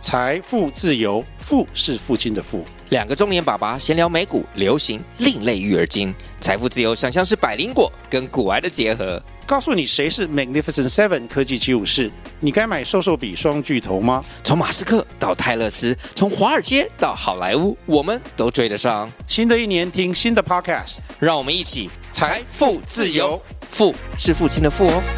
财富自由，富是父亲的富。 两个中年爸爸闲聊美股、流行、另类育儿经，财富自由想象是百灵果跟股癌的结合。 告诉你谁是 Magnificent Seven 科技754，你该买瘦瘦比双巨头吗？ 从马斯克到泰勒斯，从华尔街到好莱坞，我们都追得上。 新的一年听新的 Podcast， 让我们一起财富自由， 富是父亲的富哦。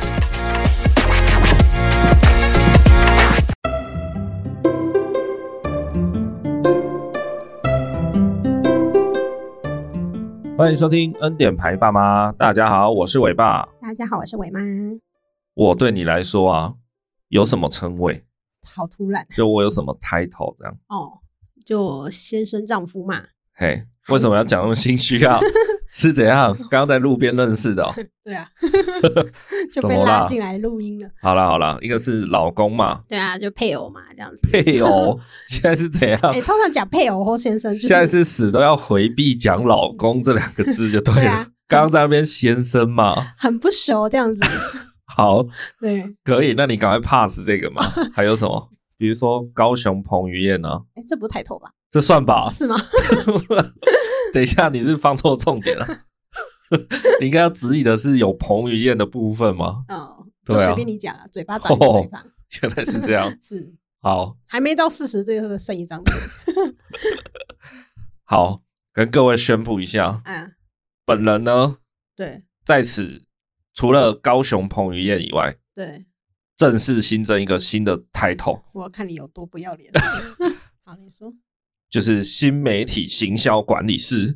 欢迎收听恩典牌爸妈，大家好，我是伟爸。 大家好，我是伟妈。 我对你来说啊，有什么称谓？ 好突然， 就我有什么 title 这样？ 哦，就先生丈夫嘛。 嘿，为什么要讲那么心虚啊？是怎样？刚刚在路边认识的哦？ 对啊，就被拉进来录音了。 好啦，一个是老公嘛。 对啊，就配偶嘛，这样子。 配偶现在是怎样？ 通常讲配偶或先生， 现在是死都要回避讲老公这两个字就对了。 对啊， 刚刚在那边先生嘛， 很不熟这样子。 好， 对， 可以，那你赶快 pass 这个嘛。还有什么？比如说高雄彭于晏啊， 这不是抬头吧？ 这算吧？ 是吗？ 等一下，你是放错重点了。你应该要指引的是有彭于晏的部分吗？ 就随便你讲啊，嘴巴长一个嘴巴。 原来是这样。 是， 好， 还没到40这个剩一张嘴。 好，跟各位宣布一下，本人呢， 对，在此除了高雄彭于晏以外， 对， 正式新增一个新的 title。 我要看你有多不要脸。好，你说。 就是新媒体行销管理师。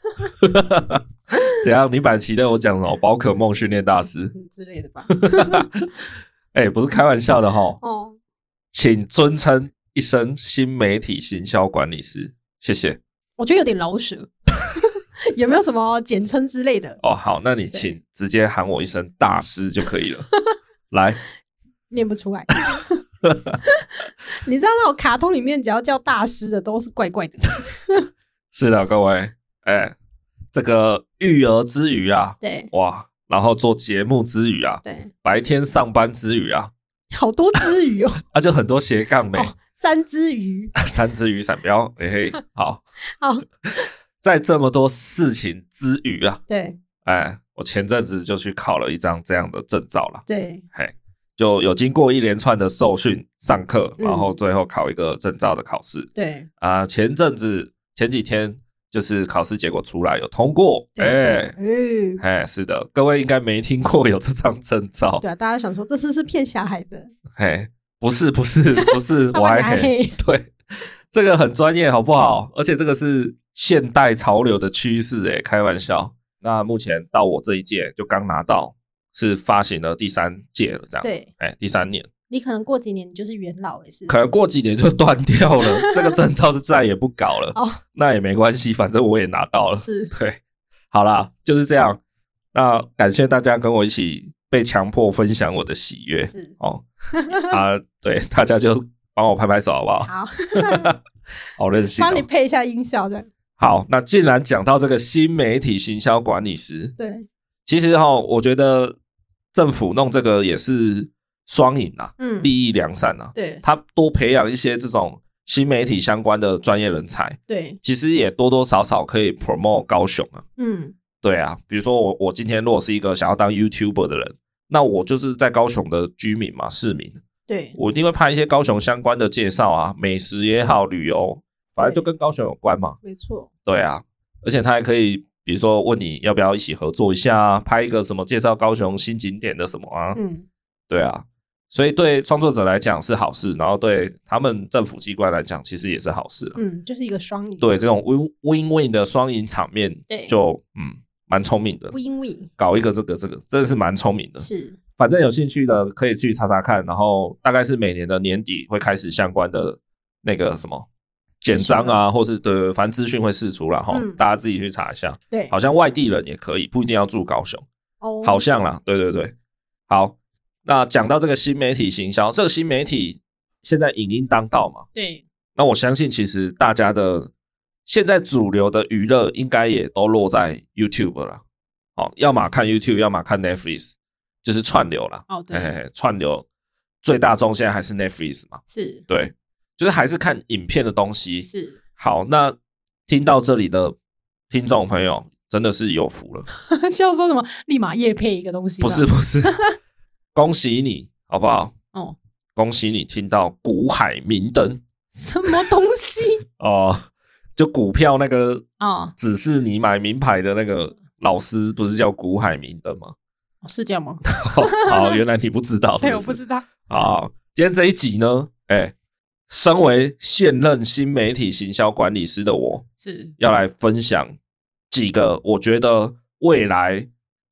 怎样？你本来期待我讲什么宝可梦训练大师之类的吧？ 不是开玩笑的齁。 哦， 请尊称一声新媒体行销管理师，谢谢。 我觉得有点老舍。有没有什么简称之类的？ 哦，好，那你请直接喊我一声大师就可以了。来， 念不出来。你知道那种卡通里面只要叫大师的都是怪怪的。 是的，各位，这个育儿之余啊， 对， 哇，然后做节目之余啊， 对， 白天上班之余啊， 好多之余哦。 就很多斜杠妹， 三只鱼， 三只鱼闪标，好， 好， 在这么多事情之余啊， 对， 我前阵子就去考了一张这样的证照了， 对， 就有经过一连串的受训、上课，然后最后考一个证照的考试。 对前几天就是考试结果出来有通过，是的，各位应该没听过有这张证照。 对啊，大家想说这是骗小孩的， 不是，我还对，这个很专业好不好？而且这个是现代潮流的趋势，开玩笑。那目前到我这一届就刚拿到。是发行了第3届了，这样对，第3年， 你可能过几年你就是元老了，是？ 可能过几年就断掉了，这个证照是再也不搞了。那也没关系，反正我也拿到了。 是， 对，好啦，就是这样。那感谢大家跟我一起被强迫分享我的喜悦， 是对，大家就帮我拍拍手好不好？ 好， 好任性， 帮你配一下音效的。 好，那既然讲到这个新媒体行销管理师， 对， 其实我觉得。政府弄这个也是双赢啊，利益良善啊。 对， 他多培养一些这种新媒体相关的专业人才， 对， 其实也多多少少可以 promote 高雄啊。对啊，比如说我今天如果是一个想要当 YouTuber 的人，那我就是在高雄的居民嘛，市民。对，我一定会拍一些高雄相关的介绍啊，美食也好，旅游，反正就跟高雄有关嘛。 没错。对啊，而且他还可以。比如说问你要不要一起合作一下啊，拍一个什么介绍高雄新景点的什么啊，对啊，所以对创作者来讲是好事，然后对他们政府机关来讲其实也是好事啊， 就是一个雙贏， 对，这种 win-win 的双赢场面就蛮聪明的 win-win， 搞一个这个真的是蛮聪明的， 是， 反正有兴趣的可以去查查看，然后大概是每年的年底会开始相关的那个什么简章啊，或是对，反正资讯会释出啦，大家自己去查一下。对，好像外地人也可以，不一定要住高雄。好像啦，对。好，那讲到这个新媒体行销，这个新媒体现在影音当道嘛，对。那我相信其实大家的现在主流的娱乐应该也都落在 YouTube 了。要么看 YouTube， 要么看 Netflix， 就是串流啦。对，串流最大宗现在还是 Netflix 嘛。是，对。 就是还是看影片的东西。 是。 好，那听到这里的听众朋友真的是有福了。 是要说什么立马业配一个东西？ 不是，恭喜你好不好？哦，恭喜你听到股海明灯。 什么东西？ 哦，就股票那个指示你买名牌的那个老师不是叫股海明灯吗？ 是这样吗？ 好，原来你不知道。 对，我不知道。 好，今天这一集呢，身为现任新媒体行销管理师的我，是要来分享几个我觉得未来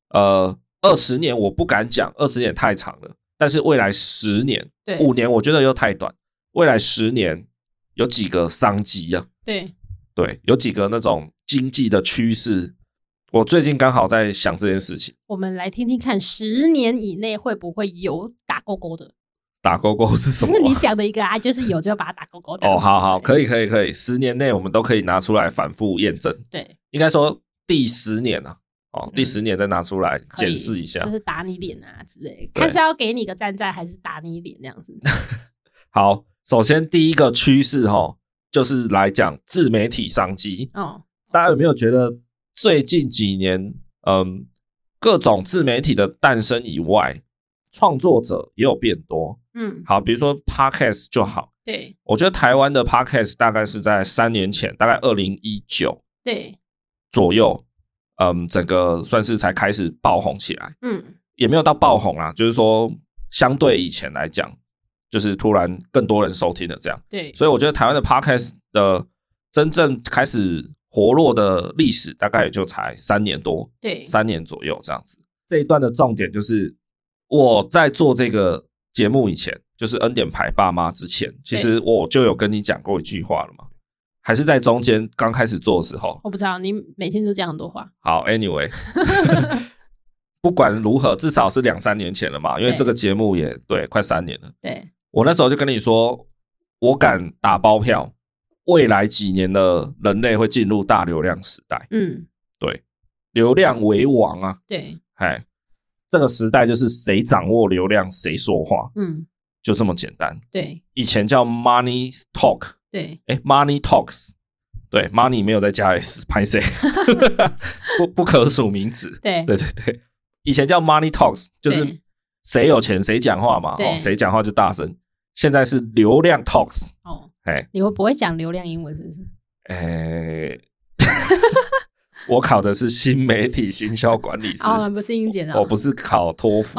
20年我不敢讲，20年太长了，但是未来10年、5年我觉得又太短，未来10年有几个商机啊？对，有几个那种经济的趋势，我最近刚好在想这件事情。 我们来听听看，10年以内会不会有打勾勾的？ 打勾勾是什么？ 是你讲的一个啊，就是有就要把它打勾勾的。 哦，好，可以，10年内我们都可以拿出来反复验证。对，应该说第10年啊，第10年再拿出来检视一下， 就是打你脸啊之类，看是要给你个赞还是打你脸这样子。 好，首先第一个趋势就是来讲自媒体商机。大家有没有觉得最近几年，各种自媒体的诞生以外，创作者也有变多。好，比如说 Podcast 就好。对，我觉得台湾的 Podcast 大概是在3年前，大概2019左右，整个算是才开始爆红起来。也没有到爆红啊，就是说相对以前来讲，就是突然更多人收听了这样。对，所以我觉得台湾的 Podcast 的真正开始活络的历史，大概也就才3年多，对，3年左右这样子。这一段的重点就是我在做这个节目以前，就是恩典牌爸妈之前，其实我就有跟你讲过一句话了嘛，还是在中间刚开始做的时候？我不知道，你每天都讲很多话。 好 ，anyway 不管如何，至少是2-3年前了嘛，因为这个节目也对快3年了。对，我那时候就跟你说，我敢打包票，未来几年的人类会进入大流量时代。对，流量为王啊。对，这个时代就是谁掌握流量谁说话。就这么简单。对，以前叫 Money Talk。对，Money Talks。对 ，Money 没有再加 S， 拍谁？不可数名词。对，以前叫 Money Talks， 就是谁有钱谁讲话嘛，谁讲话就大声。现在是流量 Talks。你会不会讲流量英文是不是？我考的是新媒体行销管理师。 不是英检。 我不是考托福。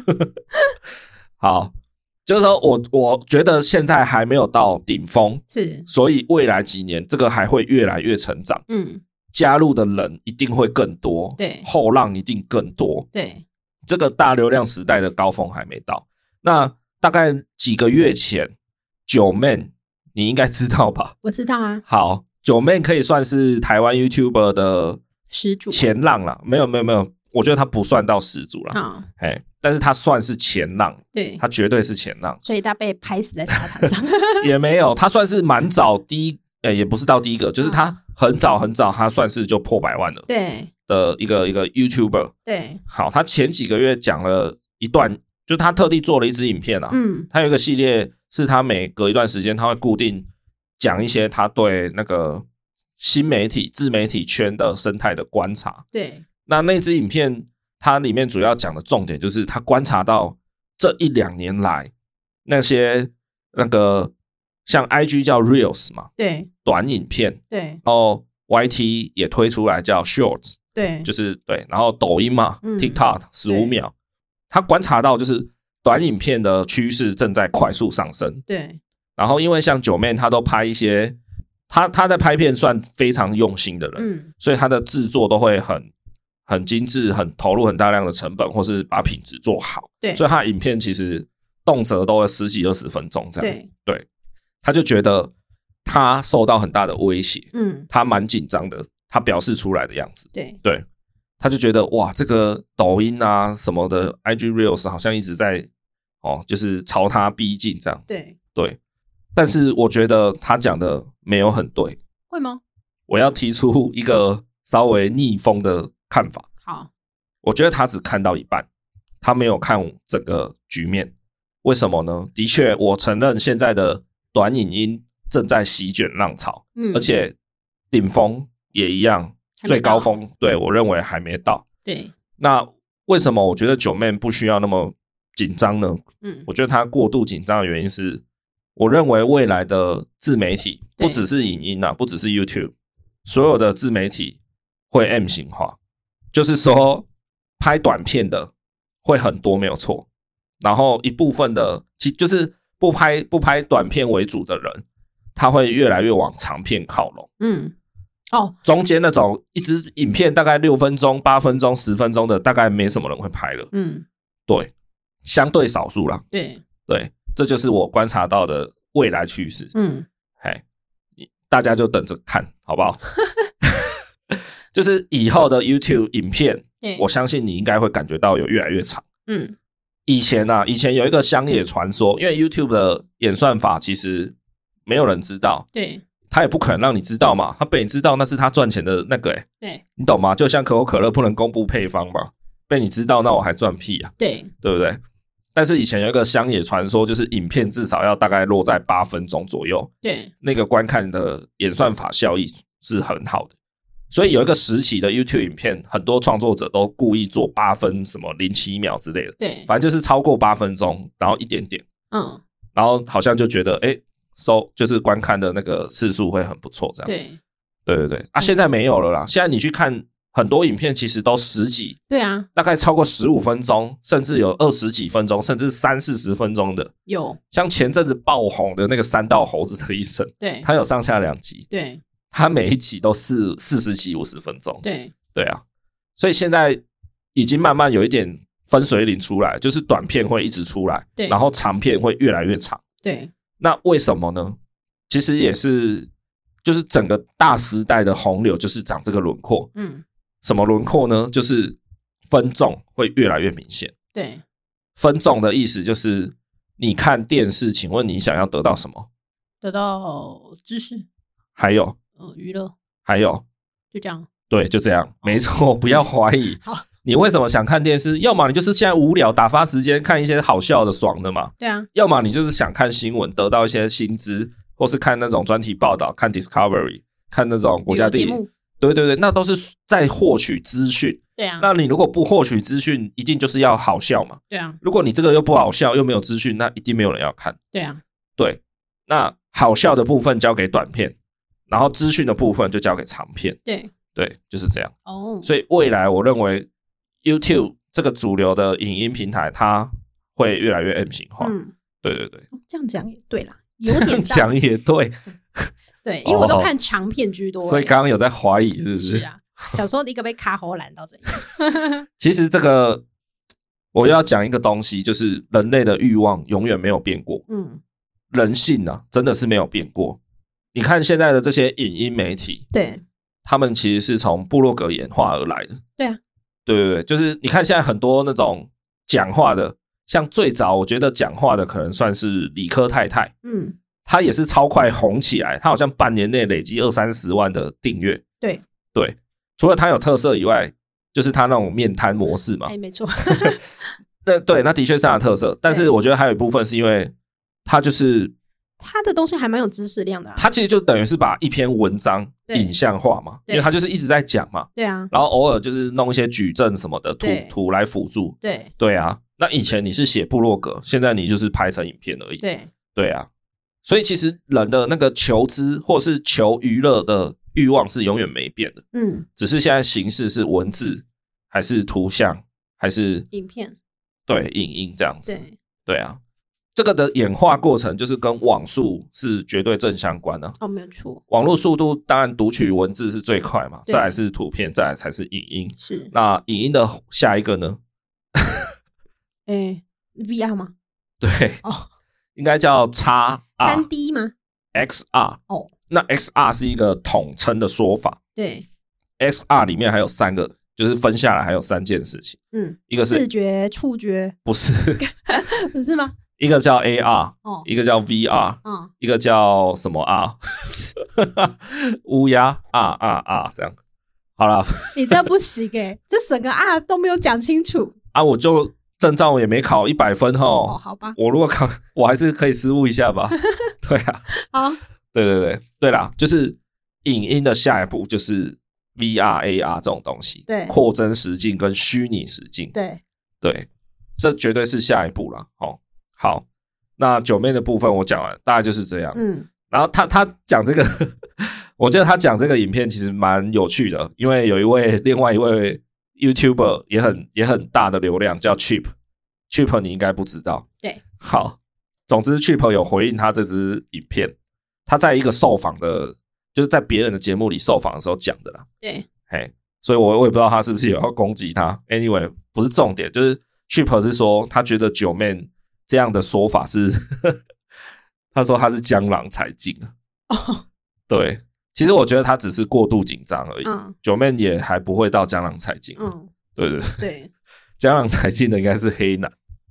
好。就是说我觉得现在还没有到顶峰，是，所以未来几年这个还会越来越成长。加入的人一定会更多，对，后浪一定更多，对，这个大流量时代的高峰还没到。那大概几个月前，9man你应该知道吧？ 我知道啊。 好，9man可以算是台湾 YouTuber 的始祖前浪啦，没有，我觉得他不算到始祖啦。但是他算是前浪，对，他绝对是前浪， 所以他被拍死在沙滩上。 也没有，他算是蛮早也不是到第一个，就是他很早，他算是就破100万了，对的一个 YouTuber。对，好，他前几个月讲了一段，就是他特地做了一支影片啊，他有一个系列是他每隔一段时间他会固定讲一些他对那个新媒体自媒体圈的生态的观察。对，那支影片它里面主要讲的重点就是他观察到这1-2年来那些那个像 IG 叫 Reels 嘛，对，短影片，对，然后 YT 也推出来叫 Shorts， 对，就是对，然后抖音嘛，TikTok 15秒，他观察到就是短影片的趋势正在快速上升。对，然后因为像9man他都拍一些他在拍片算非常用心的人，所以他的制作都会很精致，很投入很大量的成本，或是把品质做好。对，所以他的影片其实动辄都会10几20分钟这样。对，他就觉得他受到很大的威胁，他蛮紧张的，他表示出来的样子。对，他就觉得哇，这个抖音啊什么的 IG Reels 好像一直在就是朝他逼近这样。对，但是我觉得他讲的没有很对。 会吗？ 我要提出一个稍微逆风的看法。 好， 我觉得他只看到一半，他没有看整个局面。为什么呢？的确，我承认现在的短影音正在席卷浪潮，而且顶峰也一样，最高峰对我认为还没到。 对， 那为什么我觉得9man不需要那么紧张呢？我觉得他过度紧张的原因是，我认为未来的自媒体不只是影音啊，不只是 YouTube， 所有的自媒体会 M 型化，就是说拍短片的会很多没有错，然后一部分的就是不拍短片为主的人，他会越来越往长片靠拢。中间那种一支影片大概6分钟、8分钟、10分钟的，大概没什么人会拍了。对，相对少数啦。对，这就是我观察到的未来趋势。大家就等着看好不好？就是以后的 YouTube 影片，我相信你应该会感觉到有越来越长。以前有一个乡野传说，因为 YouTube 的演算法其实没有人知道。对。他也不可能让你知道嘛，他被你知道那是他赚钱的那个对，你懂吗？就像可口可乐不能公布配方嘛，被你知道那我还赚屁啊，对不对？但是以前有一个乡野传说，就是影片至少要大概落在8分钟左右，对，那个观看的演算法效益是很好的，所以有一个时期的 YouTube 影片，很多创作者都故意做8分什么07秒之类的，对，反正就是超过8分钟，然后一点点，然后好像就觉得就是观看的那个次数会很不错，这样。对啊，现在没有了啦。现在你去看很多影片，其实都10几，对啊，大概超过15分钟，甚至有20几分钟，甚至30-40分钟的。有，像前阵子爆红的那个3道猴子的一生，对，它有上下2集，对，它每一集都40几50分钟，对啊，所以现在已经慢慢有一点分水岭出来，就是短片会一直出来，对，然后长片会越来越长，对。那为什么呢？其实也是，就是整个大时代的洪流就是长这个轮廓。什么轮廓呢？就是分众会越来越明显。对，分众的意思就是你看电视，请问你想要得到什么？得到知识，还有娱乐，还有就这样。对，就这样，没错，不要怀疑。好。你为什么想看电视？要么你就是现在无聊打发时间看一些好笑的爽的嘛，对啊。要么你就是想看新闻得到一些新知，或是看那种专题报道，看 Discovery， 看那种国家地理，对，那都是在获取资讯。对啊。那你如果不获取资讯，一定就是要好笑嘛。对啊。如果你这个又不好笑，又没有资讯，那一定没有人要看。对啊。对，那好笑的部分交给短片，然后资讯的部分就交给长片。对，就是这样。所以未来我认为YouTube 这个主流的影音平台，它会越来越 M 型化。对，这样讲也对啦，有点这样讲也对。对，因为我都看长片居多，所以刚刚有在怀疑是不是？是啊，想说一个被卡喉懒到怎样？其实这个我要讲一个东西，就是人类的欲望永远没有变过。人性啊，真的是没有变过。你看现在的这些影音媒体，对，他们其实是从部落格演化而来的。对啊。对，就是你看现在很多那种讲话的，像最早我觉得讲话的可能算是理科太太，他也是超快红起来，他好像半年内累积20-30万的订阅。对，除了他有特色以外，就是他那种面瘫模式嘛。没错。对，那的确是他的特色，但是我觉得还有一部分是因为他就是他的东西还蛮有知识量的他其实就等于是把一篇文章影像化嘛，因为他就是一直在讲嘛，对啊，然后偶尔就是弄一些矩阵什么的图来辅助，对啊，那以前你是写部落格，现在你就是拍成影片而已，对啊，所以其实人的那个求知或是求娱乐的欲望是永远没变的，只是现在形式是文字还是图像还是影片，对，影音这样子，对啊。这个的演化过程就是跟网速是绝对正相关的。没有错。网络速度当然读取文字是最快嘛，再来是图片，再来才是影音。是。那影音的下一个呢？VR 吗？对。应该叫 XR。3D 吗 ？XR。那 XR 是一个统称的说法。对。XR 里面还有3个，就是分下来还有3件事情。一个是视觉、触觉。不是。不是吗？一个叫 AR，一个叫 VR，一个叫什么 R？ 乌鸦 R 这样。好啦，你这不行这整个 R 都没有讲清楚啊！我就证照也没考100分齁。好吧，我如果考，我还是可以失误一下吧。 对啊， 好， 对啦，就是影音的下一步就是 VR、AR 这种东西， 对， 扩增实境跟虚拟实境， 对， 这绝对是下一步啦。好，那九妹的部分我讲完，大概就是这样。然后他讲这个，我觉得他讲这个影片其实蛮有趣的，因为有另外一位 YouTuber 也很大的流量，叫 Cheap 你应该不知道。 对， 好，总之 Cheap 有回应他这支影片，他在一个受访的，就是在别人的节目里受访的时候讲的啦。 对， 所以我也不知道他是不是有要攻击他。Anyway， 不是重点，就是 Cheap 是说他觉得九妹这样的说法是，他说他是江郎才尽了。对，其实我觉得他只是过度紧张而已。九妹也还不会到江郎才尽。对，江郎才尽的应该是黑男。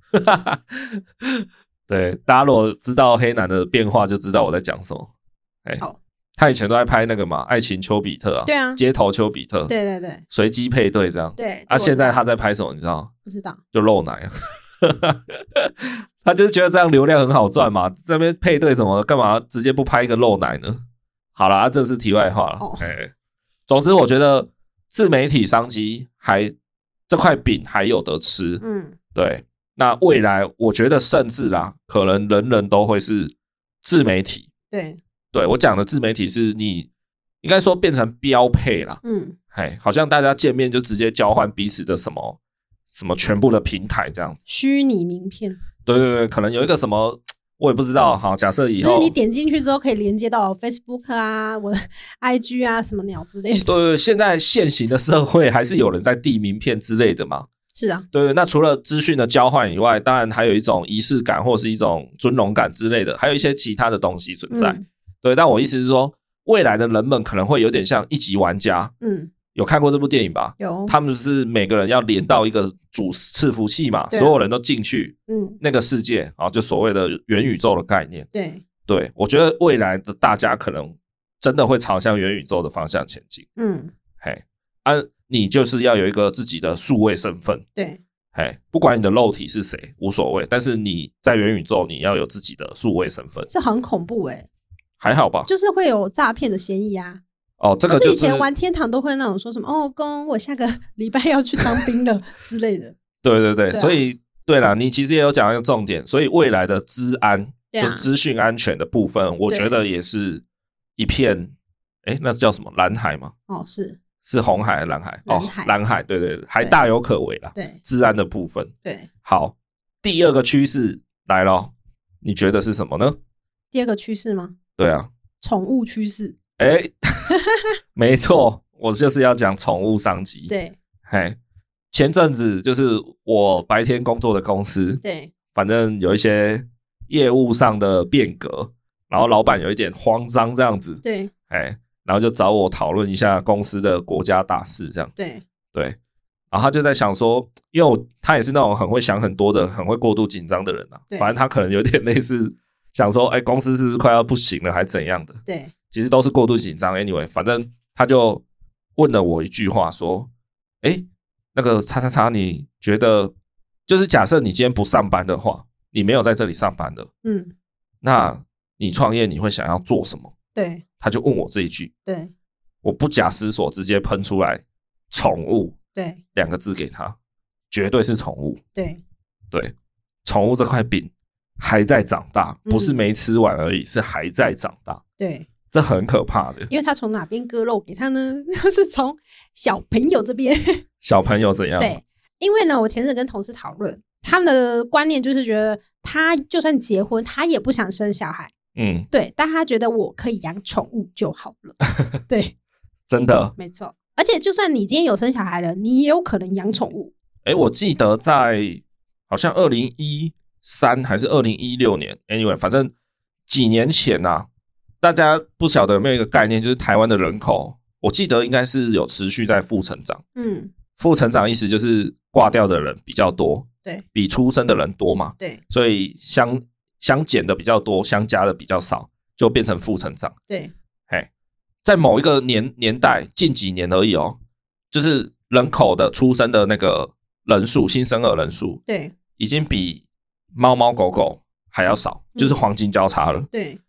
对，大家如果知道黑男的变化，就知道我在讲什么。 好， 他以前都在拍那个嘛，爱情丘比特啊， 对啊， 街头丘比特， 对， 随机配对这样。 对， 现在他在拍什么？你知道？ 不知道， 就露奶啊。他就是觉得这样流量很好赚嘛，在那边配对什么，干嘛直接不拍一个露奶呢？好啦，这是题外话了。总之我觉得自媒体商机这块饼还有得吃。对。那未来我觉得甚至啦，可能人人都会是自媒体。对，我讲的自媒体是你应该说变成标配啦。好像大家见面就直接交换彼此的什么全部的平台这样子， 虚拟名片。 对，可能有一个什么我也不知道。好，假设以后就是你点进去之后可以连接到 Facebook 啊，我的 IG 啊，什么鸟之类的。 对，现在现行的社会还是有人在递名片之类的嘛。 是啊， 对，那除了资讯的交换以外，当然还有一种仪式感或是一种尊荣感之类的，还有一些其他的东西存在。对，但我意思是说，未来的人们可能会有点像一级玩家。有看过这部电影吧？有，他们是每个人要连到一个主伺服器嘛，所有人都进去那个世界啊，就所谓的元宇宙的概念。对，我觉得未来的大家可能真的会朝向元宇宙的方向前进。你就是要有一个自己的数位身份。对，不管你的肉体是谁无所谓，但是你在元宇宙你要有自己的数位身份。这很恐怖还好吧？就是会有诈骗的嫌疑啊。这个就是以前玩天堂都会那种说什么公我下个礼拜要去当兵了之类的。对，所以对啦，你其实也有讲一个重点，所以未来的资安就资讯安全的部分，我觉得也是一片那叫什么蓝海吗？是红海还是蓝海？蓝海，对，还大有可为啦。对，治安的部分。对，好，第二个趋势来咯，你觉得是什么呢？第二个趋势吗？对啊，宠物趋势。没错，我就是要讲宠物商机。对，前阵子就是我白天工作的公司，对，反正有一些业务上的变革，然后老板有一点慌张这样子。对，然后就找我讨论一下公司的国家大事这样。对，然后他就在想说，因为他也是那种很会想很多的很会过度紧张的人啊，反正他可能有点类似想说公司是不是快要不行了还怎样的。对，其实都是过度紧张。 anyway， 反正他就问了我一句话说，那个叉叉叉，你觉得就是假设你今天不上班的话，你没有在这里上班的，那你创业你会想要做什么？对，他就问我这一句。对，我不假思索直接喷出来宠物。对，2个字给他，绝对是宠物。对，宠物这块饼还在长大，不是没吃完而已，是还在长大。对，这很可怕的。因为他从哪边割肉给他呢？是从小朋友这边。小朋友怎样？对，因为呢，我前阵跟同事讨论，他们的观念就是觉得他就算结婚，他也不想生小孩。对，但他觉得我可以养宠物就好了。对，真的没错。而且就算你今天有生小孩了，你也有可能养宠物。我记得在好像2013还是2016年 anyway， 反正几年前啊，大家不晓得有没有一个概念，就是台湾的人口我记得应该是有持续在负成长。负成长意思就是挂掉的人比较多，对，比出生的人多嘛。对，所以相减的比较多，相加的比较少，就变成负成长。对，在某一个年代，近几年而已就是人口的出生的那个人数，新生儿人数，对，已经比猫猫狗狗还要少，就是黄金交叉了。对，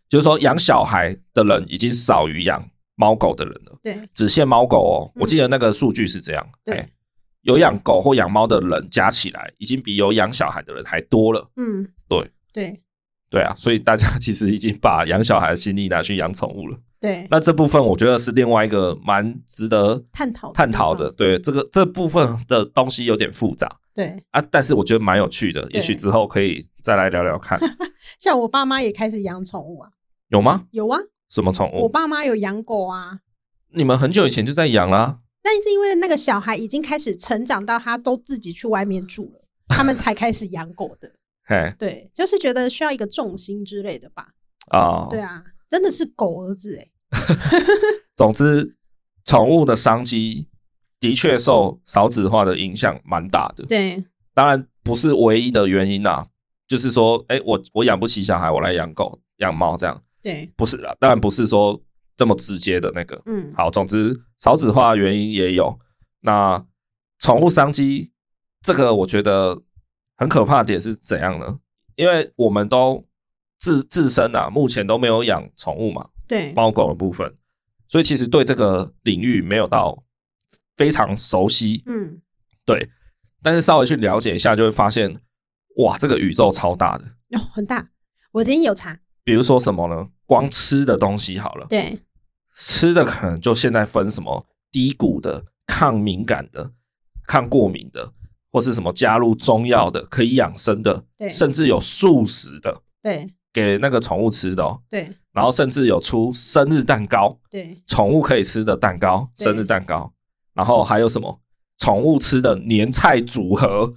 就是说养小孩的人已经少于养猫狗的人了。 对， 只限猫狗哦，我记得那个数据是这样。 对， 有养狗或养猫的人加起来，已经比有养小孩的人还多了。对啊，所以大家其实已经把养小孩的心力拿去养宠物了。 对， 那这部分我觉得是另外一个蛮值得探讨的。对，这部分的东西有点复杂。 对啊，但是我觉得蛮有趣的，也许之后可以再来聊聊看。 像我爸妈也开始养宠物啊。 有吗？ 有啊。 什么宠物？ 我爸妈有养狗啊。 你们很久以前就在养啦？ 但是因为那个小孩已经开始成长到他都自己去外面住了，他们才开始养狗的。对，就是觉得需要一个重心之类的吧。对啊，真的是狗儿子总之，宠物的商机的确受少子化的影响蛮大的。 对， 当然不是唯一的原因啊，就是说，我养不起小孩，我来养狗、养猫这样。 对， 不是啦，当然不是说这么直接的那个。好，总之少子化的原因也有。那宠物商机这个，我觉得很可怕的点是怎样呢？因为我们都自身啊，目前都没有养宠物嘛， 对， 猫狗的部分，所以其实对这个领域没有到非常熟悉。对，但是稍微去了解一下，就会发现，哇，这个宇宙超大的很大。我今天有查， 比如说什么呢？光吃的东西好了， 对， 吃的可能就现在分什么低谷的、抗敏感的、抗过敏的。或是什么加入中药的、可以养生的，甚至有素食的， 对， 给那个宠物吃的对， 然后甚至有出生日蛋糕， 对， 宠物可以吃的蛋糕，生日蛋糕，然后还有什么宠物吃的年菜组合，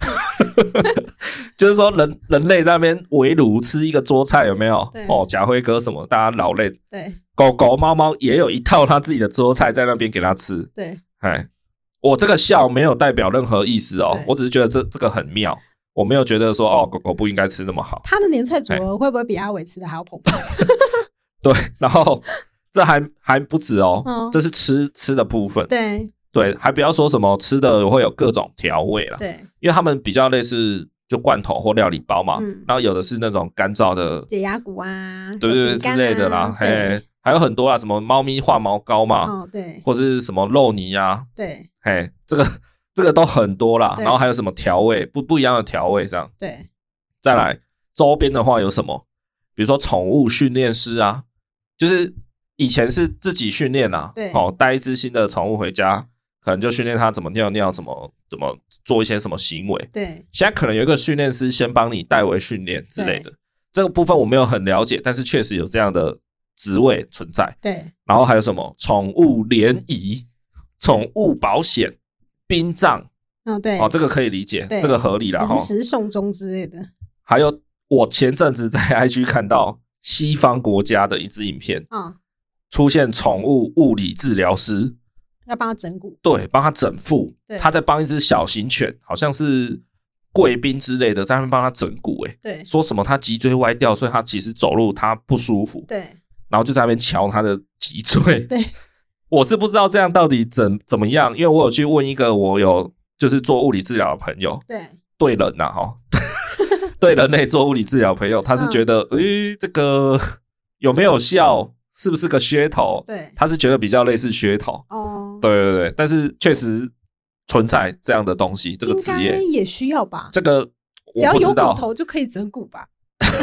就是说人类在那边围炉吃一个桌菜，有没有？贾辉哥什么，大家老累， 对， 狗狗、猫猫也有一套他自己的桌菜在那边给他吃， 对， 我这个笑没有代表任何意思哦，我只是觉得这个很妙，我没有觉得说狗狗不应该吃那么好。 他的年菜组合会不会比阿伟吃的还要澎湃？ 对，然后这还不止哦，这是吃的部分。对，还不要说什么吃的会有各种调味啦。 对， 因为他们比较类似就罐头或料理包嘛，然后有的是那种干燥的解压骨啊， 对之类的啦，还有很多啦，什么猫咪化毛膏嘛， 对， 或是什么肉泥啊， 对， 这个都很多啦，然后还有什么调味不一样的调味这样。 对， 再来周边的话有什么？比如说宠物训练师啊，就是以前是自己训练啊，带一只新的宠物回家，可能就训练它怎么尿尿，怎么做一些什么行为。 对， 现在可能有一个训练师先帮你代为训练之类的，这个部分我没有很了解，但是确实有这样的职位存在。 对， 然后还有什么宠物联谊、宠物保险、殡葬， 对， 这个可以理解，这个合理啦， 临时送终之类的。 还有我前阵子在 IG 看到西方国家的一支影片，出现宠物物理治疗师， 要帮他整骨， 对，帮他整腹，他在帮一只小型犬，好像是贵宾之类的，在那边帮他整骨， 对， 说什么他脊椎歪掉，所以他其实走路他不舒服， 对， 然后就在那边瞧他的脊椎， 对， 我是不知道这样到底怎么样，因为我有去问一个我有就是做物理治疗的朋友，对人啊对人类做物理治疗的朋友，他是觉得这个有没有效，是不是个噱头？ 对， 他是觉得比较类似噱头。对，但是确实存在这样的东西，这个职业应该也需要吧？ 这个我不知道， 只要有骨头就可以整骨吧？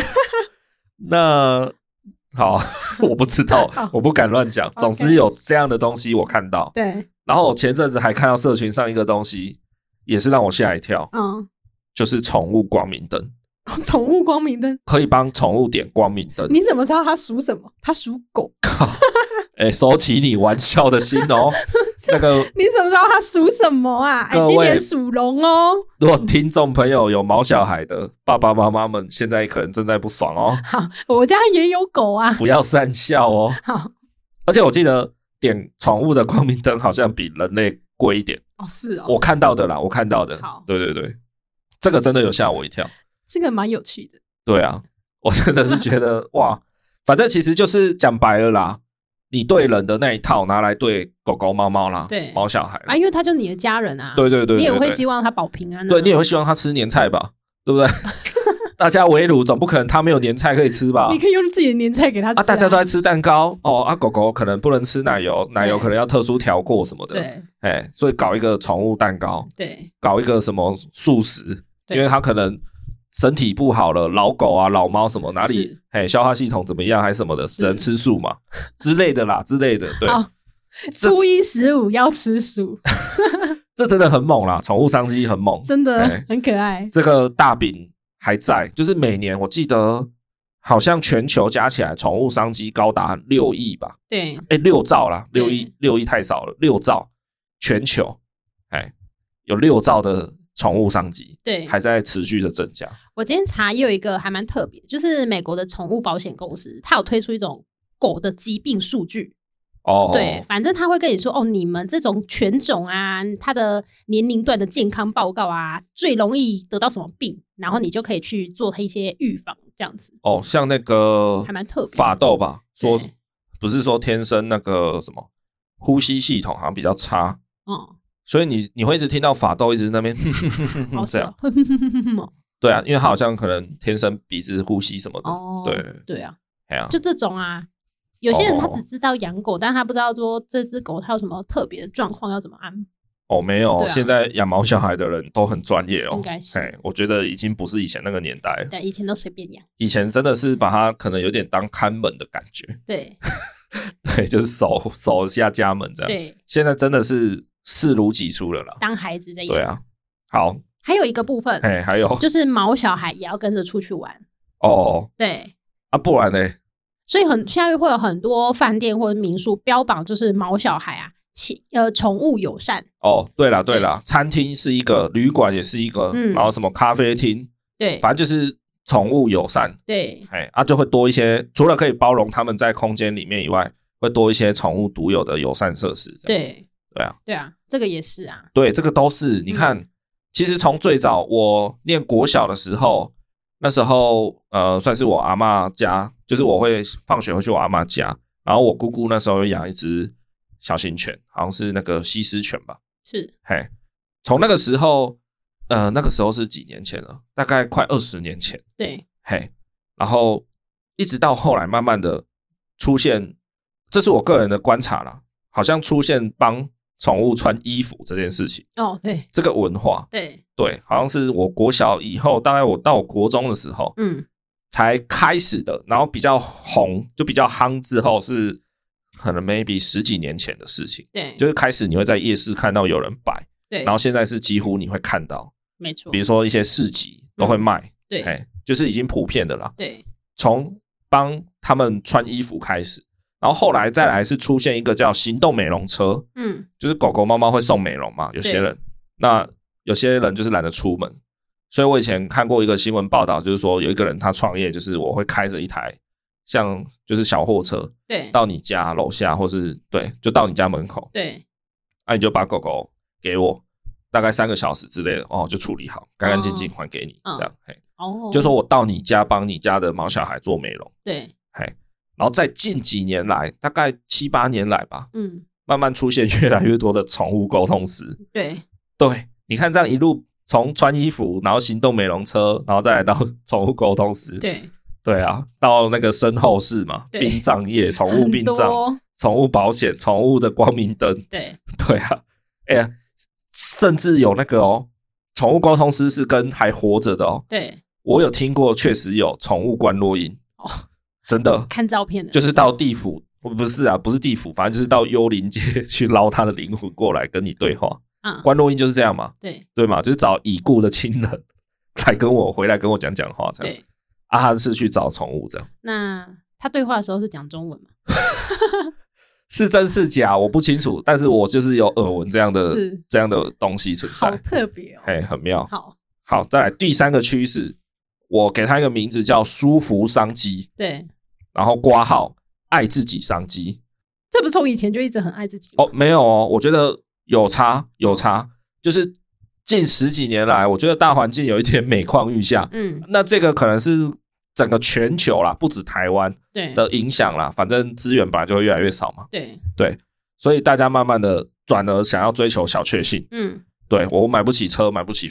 那好，我不知道，我不敢乱讲。总之有这样的东西我看到， 对。 然后我前阵子还看到社群上一个东西，也是让我吓一跳，就是宠物光明灯。 宠物光明灯可以帮宠物点光明灯， 你怎么知道它属什么？它属狗。 收起你玩笑的心哦。那个你怎么知道它属什么啊？今年属龙哦。 如果听众朋友有毛小孩的爸爸妈妈们，现在可能正在不爽哦。 好，我家也有狗啊， 不要讪笑哦。 好， 而且我记得点宠物的光明灯好像比人类贵一点。 是哦， 我看到的啦，我看到的。 好， 对，这个真的有吓我一跳。 这个蛮有趣的。 对啊，我真的是觉得哇，反正其实就是讲白了啦，你对人的那一套拿来对狗狗、猫猫啦， 对， 毛小孩因为他就是你的家人啊。 对， 你也会希望他保平安啊。 对，你也会希望他吃年菜吧，对不对？ 大家围炉，总不可能他没有年菜可以吃吧？ 你可以用自己的年菜给他吃。 大家都在吃蛋糕哦，狗狗可能不能吃奶油，奶油可能要特殊调过什么的。对，所以搞一个宠物蛋糕，对，搞一个什么素食，因为它可能身体不好了，老狗啊、老猫什么哪里消化系统怎么样还是什么的，只能吃素嘛之类的啦，之类的。对， 初一15要吃素。 这真的很猛啦，宠物商机很猛， 真的很可爱。 这个大饼还在，就是每年我记得好像全球加起来宠物商机高达6亿吧？对，6兆啦，6亿太少了，6兆全球，有6兆的宠物商机，对，还在持续的增加。 我今天查也有一个还蛮特别，就是美国的宠物保险公司，它有推出一种狗的疾病数据。对，反正他会跟你说你们这种犬种啊，它的年龄段的健康报告啊，最容易得到什么病，然后你就可以去做一些预防，这样子。 像那个还蛮特别法斗吧，说不是说天生那个什么呼吸系统好像比较差，所以你会一直听到法斗一直在那边这样，对啊，因为他好像可能天生鼻子呼吸什么的， 对啊，就这种啊。有些人他只知道养狗，但他不知道说这只狗它有什么特别的状况要怎么安。 没有，现在养毛小孩的人都很专业应该是。 我觉得已经不是以前那个年代了。 对，以前都随便养。 以前真的是把它可能有点当看门的感觉。 对， 对，就是守下家门这样。对，现在真的是视如己出了啦， 当孩子在养。 对啊，好。 还有一个部分， 还有就是毛小孩也要跟着出去玩。对啊，不然呢？ 所以现在会有很多饭店或者民宿标榜就是毛小孩啊，宠物友善。 对啦，餐厅是一个，旅馆也是一个，然后什么咖啡厅，对，反正就是宠物友善。对，就会多一些，除了可以包容他们在空间里面以外，会多一些宠物独有的友善设施。对啊，这个也是啊。对，这个都是。你看，其实从最早我念国小的时候。那时候算是我阿嬷家，就是我会放学会去我阿嬷家，然后我姑姑那时候有养一只小型犬，好像是那个西施犬吧。是，从那个时候那个时候是几年前了，大概快20年前。对，然后一直到后来慢慢的出现，这是我个人的观察啦，好像出现帮宠物穿衣服这件事情。对，这个文化。对，好像是我国小以后，大概我到我国中的时候，才开始的，然后比较红，就比较夯之后是可能 maybe 10几年前的事情。对，就是开始你会在夜市看到有人摆，对，然后现在是几乎你会看到，没错，比如说一些市集都会卖，对，就是已经普遍的啦。对，从帮他们穿衣服开始，然后后来再来是出现一个叫行动美容车，就是狗狗猫猫会送美容嘛，有些人，那有些人就是懒得出门，所以我以前看过一个新闻报道，就是说有一个人他创业，就是我会开着一台像就是小货车，对，到你家楼下或是对，就到你家门口，对，你就把狗狗给我，大概3个小时之类的就处理好，干干净净还给你，这样，就说我到你家帮你家的毛小孩做美容，对，然后在近几年来，大概7、8年来吧，慢慢出现越来越多的宠物沟通师，对。你看这样一路从穿衣服，然后行动美容车，然后再来到宠物沟通师，对啊，到那个身后事嘛，殡葬业、宠物殡葬、宠物保险、宠物的光明灯，对啊，甚至有那个宠物沟通师是跟还活着的对，我有听过，确实有宠物观落阴真的看照片的， 就是到地府，不是地府，反正就是到幽灵界去捞他的灵魂过来跟你对话。观落阴就是这样嘛，对嘛，就是找已故的亲人回来跟我讲话这样。对，他是去找宠物这样。 那他对话的时候是讲中文吗？ 是真是假我不清楚，但是我就是有耳闻这样的东西存在， 好特别很妙。好，再来第3个趋势，我给他一个名字叫舒服商机。对，然后括号爱自己商机。 这不是从以前就一直很爱自己吗？ 没有我觉得有差，就是近10几年来，我觉得大环境有一点每况愈下。那这个可能是整个全球啦，不止台湾的影响啦，反正资源本来就会越来越少嘛。对，所以大家慢慢的转而想要追求小确幸。对，我买不起车，买不起房，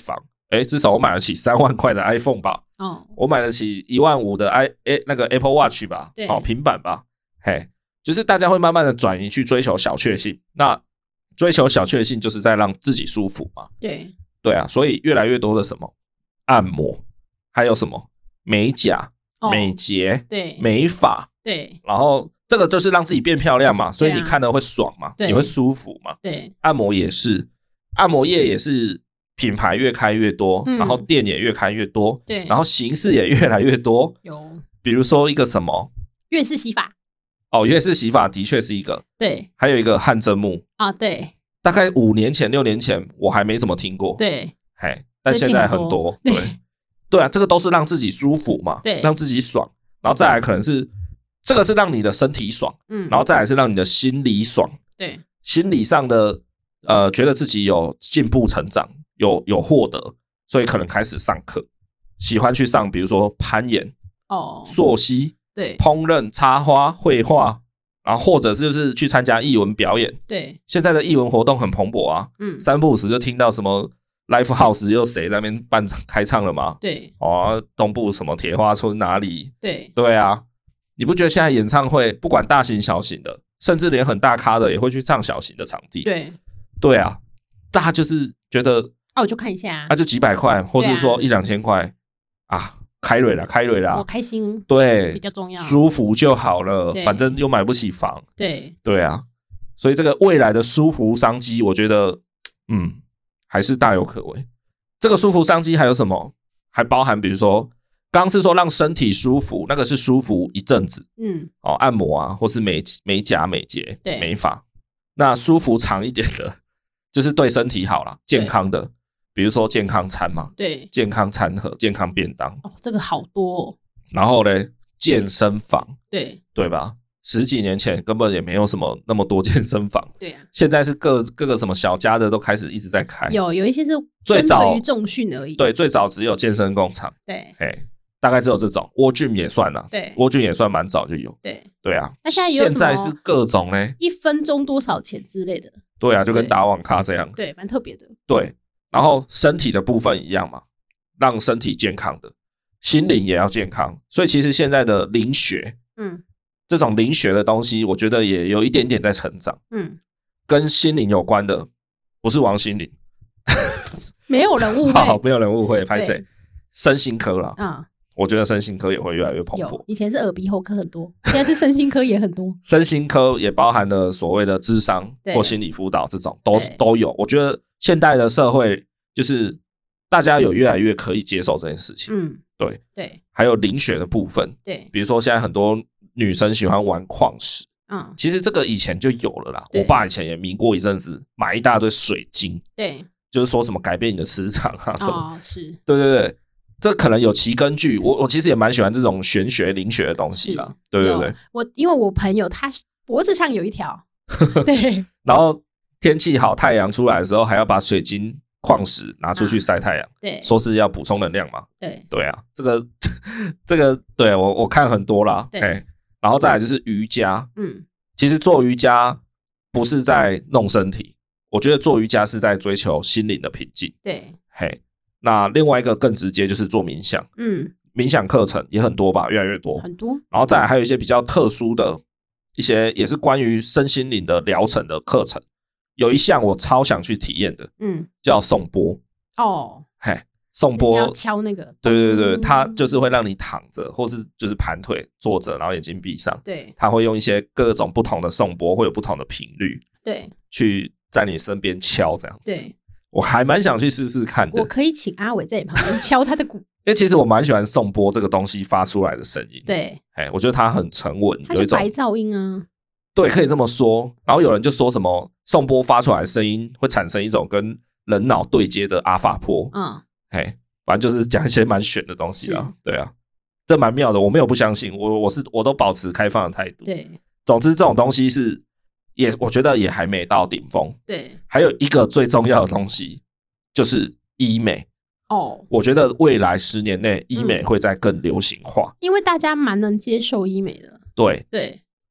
至少我买得起3万块的 iPhone 吧，我买得起1万5的那个 Apple Watch 吧，平板吧，就是大家会慢慢的转移去追求小确幸。那追求小确幸就是在让自己舒服嘛，对啊，所以越来越多的什么按摩，还有什么美甲、美睫、美发，然后这个就是让自己变漂亮嘛，所以你看了会爽嘛，你会舒服嘛，按摩也是，按摩业也是品牌越开越多，然后店也越开越多，然后形式也越来越多，比如说一个什么粤式洗发， 粤式洗发的确是一个，还有一个汗蒸木大概5年前6年前我还没怎么听过，但现在很多，对啊，这个都是让自己舒服嘛，让自己爽，然后再来可能是这个是让你的身体爽，然后再来是让你的心理爽，心理上的觉得自己有进步成长，有获得，所以可能开始上课，喜欢去上比如说攀岩、溯溪、烹饪、插花、绘画，然后或者是就是去参加艺文表演，现在的艺文活动很蓬勃啊，3不5时就听到什么 Live House 又谁在那边开唱了吗？东部什么铁花村哪里？对啊，你不觉得现在演唱会不管大型小型的，甚至连很大咖的也会去唱小型的场地？对啊，大家就是觉得我就看一下就几百块，或是说1-2千块开瑞啦， 我开心， 对， 比较重要， 舒服就好了，反正又买不起房，对啊，所以这个未来的舒服商机，我觉得还是大有可为。这个舒服商机还有什么？还包含比如说刚刚是说让身体舒服，那个是舒服一阵子，按摩啊，或是美甲、美睫、美发。那舒服长一点的，就是对身体好啦，健康的，比如说健康餐嘛，健康餐盒、健康便当， 这个好多然后呢，健身房，对吧？10几年前根本也没有什么那么多健身房，现在是各个什么小家的都开始一直在开， 有一些是针对于重训而已， 对，最早只有健身工厂，大概只有这种World Gym也算啦，World Gym也算蛮早就有，对啊， 那现在是各种呢 ，1分钟多少钱之类的， 对啊，就跟打网咖这样， 蛮特别的， 对，然后身体的部分一样嘛，让身体健康的，心灵也要健康，所以其实现在的灵学，这种灵学的东西，我觉得也有一点点在成长，跟心灵有关的，不是王心凌， 没有人误会， 没有人误会，拍谁？身心科啦，我觉得身心科也会越来越蓬勃。 以前是耳鼻喉科很多，现在是身心科也很多。 身心科也包含了所谓的諮商或心理辅导，这种都有。我觉得现代的社会就是大家有越来越可以接受这件事情。对，还有灵学的部分，比如说现在很多女生喜欢玩矿石，其实这个以前就有了啦。我爸以前也迷过一阵子，买一大堆水晶，就是说什么改变你的磁场啊什么， 是， 对。这可能有其根据，我其实也蛮喜欢这种玄学灵学的东西啦，对。 因为我朋友他脖子上有一条，对， 然后天气好，太阳出来的时候，还要把水晶矿石拿出去晒太阳，说是要补充能量嘛，对啊，这个对我看很多啦，然后再来就是瑜伽，其实做瑜伽不是在弄身体，我觉得做瑜伽是在追求心灵的平静，那另外一个更直接就是做冥想，冥想课程也很多吧，越来越多， 很多。 然后再来还有一些比较特殊的一些，也是关于身心灵的疗程的课程。有一项我超想去体验的，叫颂钵。颂钵要敲那个， 对，它就是会让你躺着，或是就是盘腿坐着，然后眼睛闭上。它会用一些各种不同的颂钵，会有不同的频率，去在你身边敲这样子。我还蛮想去试试看的。 我可以请阿伟在你旁边敲他的鼓， 因为其实我蛮喜欢颂钵这个东西发出来的声音。我觉得它很沉稳， 有一种白噪音啊。 对，可以这么说。然后有人就说什么颂钵发出来的声音会产生一种跟人脑对接的阿法波。反正就是讲一些蛮玄的东西啊。对啊，这蛮妙的。我没有不相信，我都保持开放的态度。总之这种东西是。我觉得也还没到顶峰。还有一个最重要的东西就是医美。我觉得未来10年内医美会再更流行化， 因为大家蛮能接受医美的。 对，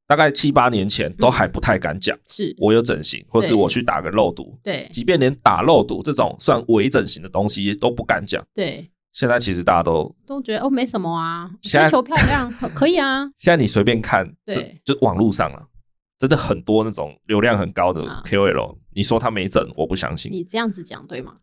大概7、8年前都还不太敢讲， 是我有整形，或是我去打个肉毒， 对， 即便连打肉毒这种算微整形的东西都不敢讲， 对。 现在其实大家都觉得没什么啊，追求漂亮可以啊。 现在你随便看， 对， 就网络上了，真的很多那种流量很高的 KOL，你说他没整，我不相信。 你这样子讲对吗？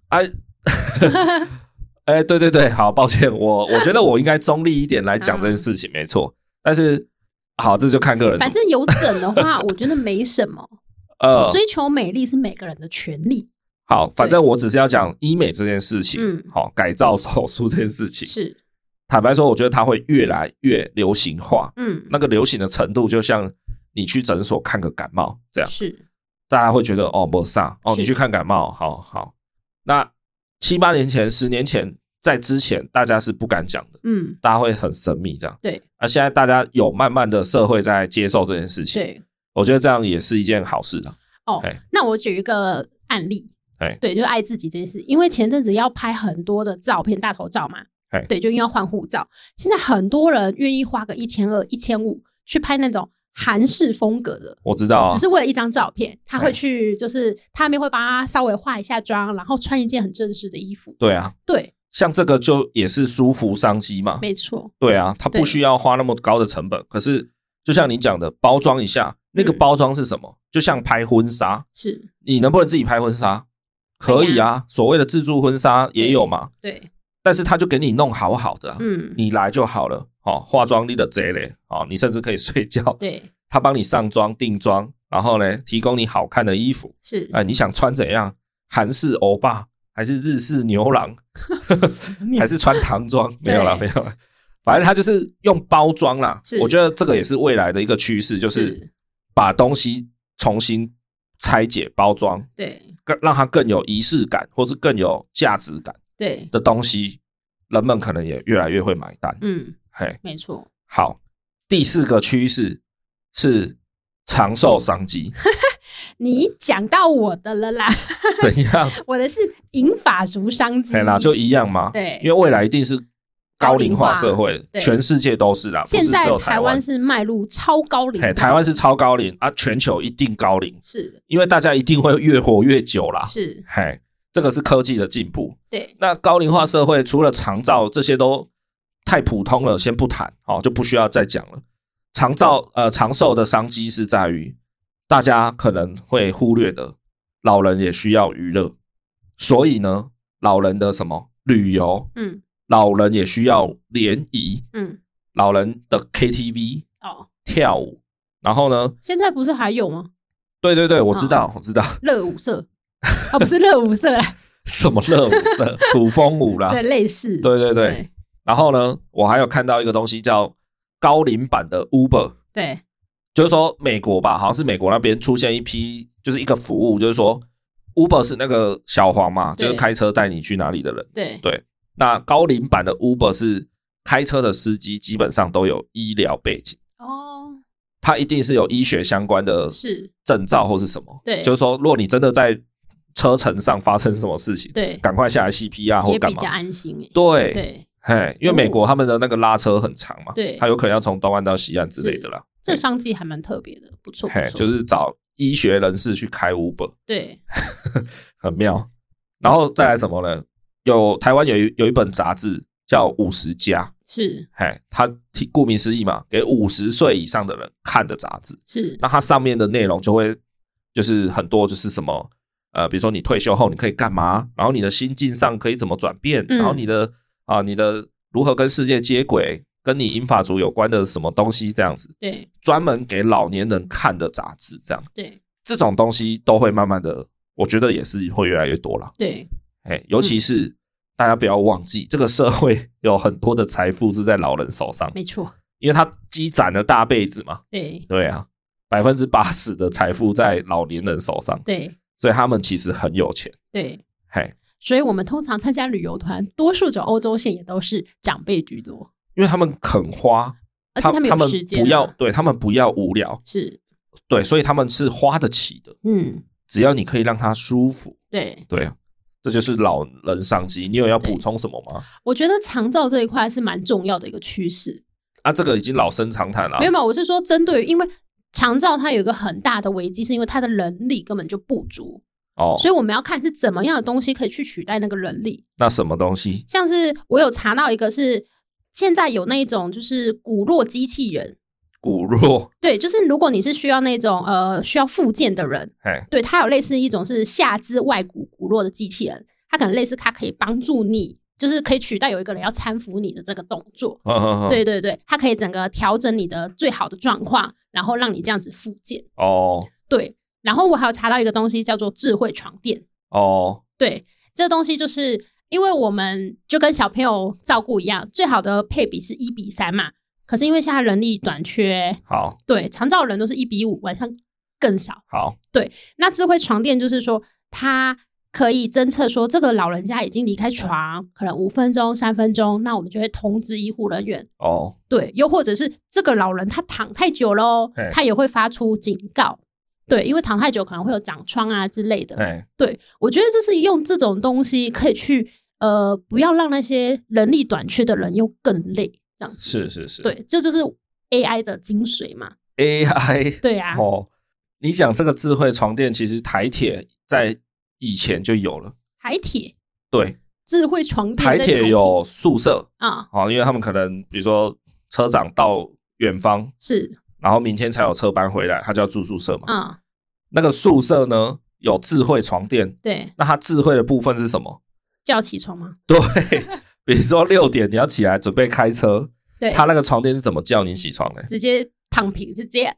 对，好，抱歉，我觉得我应该中立一点来讲这件事情，没错。但是好，这就看个人。 反正有整的话，我觉得没什么。追求美丽是每个人的权利。 好，反正我只是要讲医美这件事情，好，改造手术这件事情是。 坦白说，我觉得它会越来越流行化。那个流行的程度，就像你去诊所看个感冒这样， 是大家会觉得没啥你去看感冒，好。那7、8年前、10年前，在之前，大家是不敢讲的，大家会很神秘这样。 对， 现在大家有慢慢的社会在接受这件事情， 对， 我觉得这样也是一件好事啊。 那我举一个案例。对，就是爱自己这件事，因为前阵子要拍很多的照片，大头照嘛，对，就因为要换护照，现在很多人愿意花个1200、1500去拍那种韩式风格的， 我知道， 只是为了一张照片，他会去，就是他们会帮他稍微化一下妆，然后穿一件很正式的衣服。 对啊， 对， 像这个就也是舒服商机嘛， 没错。 对啊，他不需要花那么高的成本，可是就像你讲的，包装一下，那个包装是什么？就像拍婚纱， 是你能不能自己拍婚纱？可以啊，所谓的自助婚纱也有嘛。 对， 但是他就给你弄好好的，你来就好了。化妆你的贼嘞，你甚至可以睡觉。 对，他帮你上妆定妆，然后呢，提供你好看的衣服。 是， 你想穿怎样？韩式欧巴，还是日式牛郎，还是穿唐装？没有啦，没有啦。反正他就是用包装啦。我觉得这个也是未来的一个趋势，就是把东西重新拆解包装， 对， 让它更有仪式感，或是更有价值感， 对的东西，人们可能也越来越会买单。 没错。 好，第4个趋势是长寿商机。 你讲到我的了啦。 怎样？ 我的是银发族商机。 对啦，就一样嘛。 对， 因为未来一定是高龄化社会，全世界都是啦。 现在台湾是迈入超高龄， 台湾是超高龄啊，全球一定高龄， 是因为大家一定会越活越久啦。 是， 这个是科技的进步。 对， 那高龄化社会除了长照这些都太普通了，先不谈，就不需要再讲了。长寿的商机是在于大家可能会忽略的，老人也需要娱乐，所以呢，老人的什么旅游，老人也需要联谊，老人的 KTV 跳舞，然后呢， 现在不是还有吗？ 对，我知道， 热舞社不是热舞社啦， 什么热舞社？土风舞啦， 对，类似， 对。然后呢，我还有看到一个东西叫高龄版的 Uber， 对， 就是说美国吧，好像是美国那边出现一批，就是一个服务，就是说 Uber 是那个小黄嘛，就是开车带你去哪里的人，对。那高龄版的 Uber 是开车的司机基本上都有医疗背景，他一定是有医学相关的证照或是什么，对，就是说如果你真的在车程上发生什么事情，对，赶快下来 CPR 或干嘛，也比较安心。 对，因为美国他们的那个拉车很长嘛，对，他有可能要从东岸到西岸之类的啦。 这商机还蛮特别的，不错。 就是找医学人士去开 Uber， 对， 很妙。然后再来什么呢？台湾有一本杂志叫50加， 是， 它顾名思义嘛，给50岁以上的人看的杂志，是。那它上面的内容就会就是很多，就是什么比如说你退休后你可以干嘛，然后你的心境上可以怎么转变，然后你的如何跟世界接轨，跟你银发族有关的什么东西这样子，对，专门给老年人看的杂志这样，对，这种东西都会慢慢的，我觉得也是会越来越多啦，对，尤其是大家不要忘记，这个社会有很多的财富是在老人手上， 没错， 因为他积攒了大辈子嘛，对啊，80%的财富在老年人手上，对，所以他们其实很有钱，对， 所以我们通常参加旅游团，多数走欧洲线也都是长辈居多， 因为他们肯花， 而且他们有时间， 他们不要无聊， 是， 对，所以他们是花得起的，只要你可以让他舒服，对啊，这就是老人商机。你有要补充什么吗？ 我觉得长照这一块是蛮重要的一个趋势啊， 这个已经老生常谈了。 没有，我是说针对于，因为长照它有一个很大的危机，是因为它的人力根本就不足。所以我们要看是怎么样的东西可以去取代那个人力。 那什么东西？ 像是我有查到一个是现在有那一种就是骨弱机器人。 骨弱？ 对，就是如果你是需要那种需要复健的人，对，它有类似一种是下肢外骨弱的机器人，它可能类似它可以帮助你，就是可以取代有一个人要搀扶你的这个动作。对对对，它可以整个调整你的最好的状况，然后让你这样子复健。对。然后我还有查到一个东西叫做智慧床垫。对，这个东西就是因为我们就跟小朋友照顾一样，最好的配比是1:3嘛。可是因为现在人力短缺，对，长照人都是1:5，晚上更少。对，那智慧床垫就是说它可以侦测说这个老人家已经离开床，可能5分钟、3分钟，那我们就会通知医护人员。对，又或者是这个老人他躺太久咯，他也会发出警告。对，因为躺太久可能会有长疮啊之类的。对，我觉得就是用这种东西可以去不要让那些人力短缺的人又更累，这样子。是。对，这就是 AI 的精髓嘛。 AI 对啊。 你讲这个智慧床垫，其实台铁在以前就有了。 台铁？ 对， 智慧床垫。 台铁有宿舍因为他们可能比如说车长到远方是。 然后明天才有车班回来，他就要住宿舍嘛。那个宿舍呢有智慧床垫。 对。 那它智慧的部分是什么？ 叫起床吗？ 对，比如说6点你要起来准备开车， 对， 它那个床垫是怎么叫你起床的？ 直接躺平，直接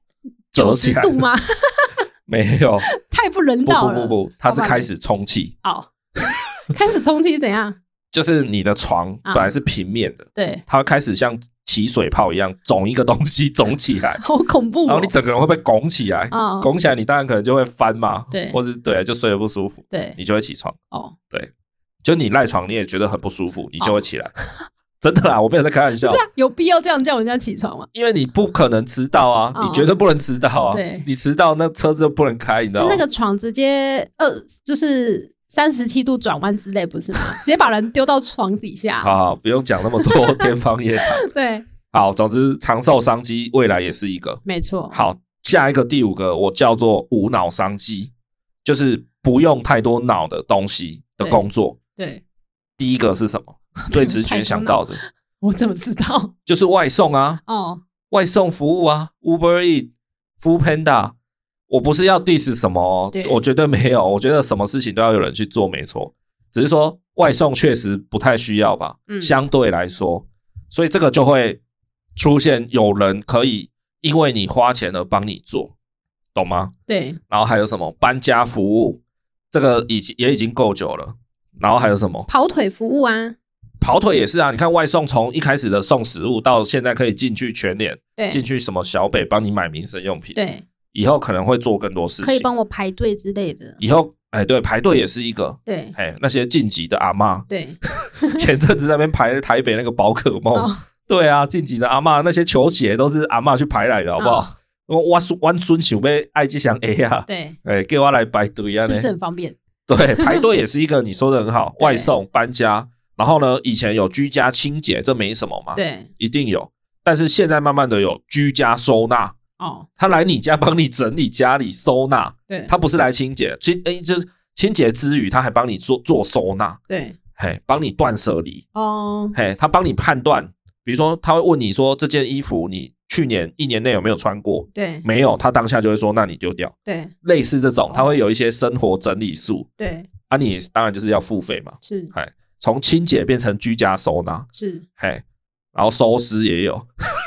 90度吗？ 没有， 太不人道了。 不，它是开始充气。 开始充气是怎样？ 就是你的床本来是平面的， 对， 它会开始像起水泡一样肿一个东西肿起来， 好恐怖。 然后你整个人会被拱起来，拱起来你当然可能就会翻嘛， 对， 或是对就睡得不舒服， 对， 你就会起床。对，就你赖床你也觉得很不舒服，你就会起来。真的啦，我没有在开玩笑。 是啊，有必要这样叫人家起床吗？ 因为你不可能迟到啊，你绝对不能迟到啊。对，你迟到那车子就不能开，你知道吗？ 那个床直接就是37度转弯之类，不是吗？直接把人丢到床底下。 好，不用讲那么多天方夜谭。 对， 好，总之长寿商机未来也是一个， 没错。 好，下一个第5个我叫做无脑商机，就是不用太多脑的东西的工作。 对， 第一个是什么？最直觉想到的， 我怎么知道？ 就是外送啊，外送服务啊 ，Uber Eats、Foodpanda。我不是要 diss 什么，我绝对没有。我觉得什么事情都要有人去做，没错。只是说外送确实不太需要吧，相对来说，所以这个就会出现有人可以因为你花钱而帮你做，懂吗？ 对。 然后还有什么搬家服务，这个也已经够久了。然后还有什么跑腿服务啊？ 跑腿也是啊，你看外送从一开始的送食物到现在可以进去全联，进去什么小北帮你买民生用品， 对， 以后可能会做更多事情， 可以帮我排队之类的。 以后对，排队也是一个， 对， 那些晋级的阿嬷， 对， 前阵子在那边排台北那个宝可梦，对啊，晋级的阿嬷那些球鞋都是阿嬷去排来的，好不好？我孙想要爱这项 A 啊， 对， 给我来排队啊， 是不是很方便？ 对，排队也是一个，你说的很好，外送搬家。然后呢，以前有居家清洁，这没什么嘛， 对， 一定有。但是现在慢慢的有居家收纳，他来你家帮你整理家里收纳， 对， 他不是来清洁，就是清洁之余，他还帮你做收纳， 对， 帮你断舍离，他帮你判断，比如说他会问你说这件衣服你去年1年内有没有穿过？ 对， 没有，他当下就会说那你丢掉， 对， 类似这种，他会有一些生活整理术， 对， 你当然就是要付费嘛， 是， 从清洁变成居家收纳， 是， 然后收尸也有，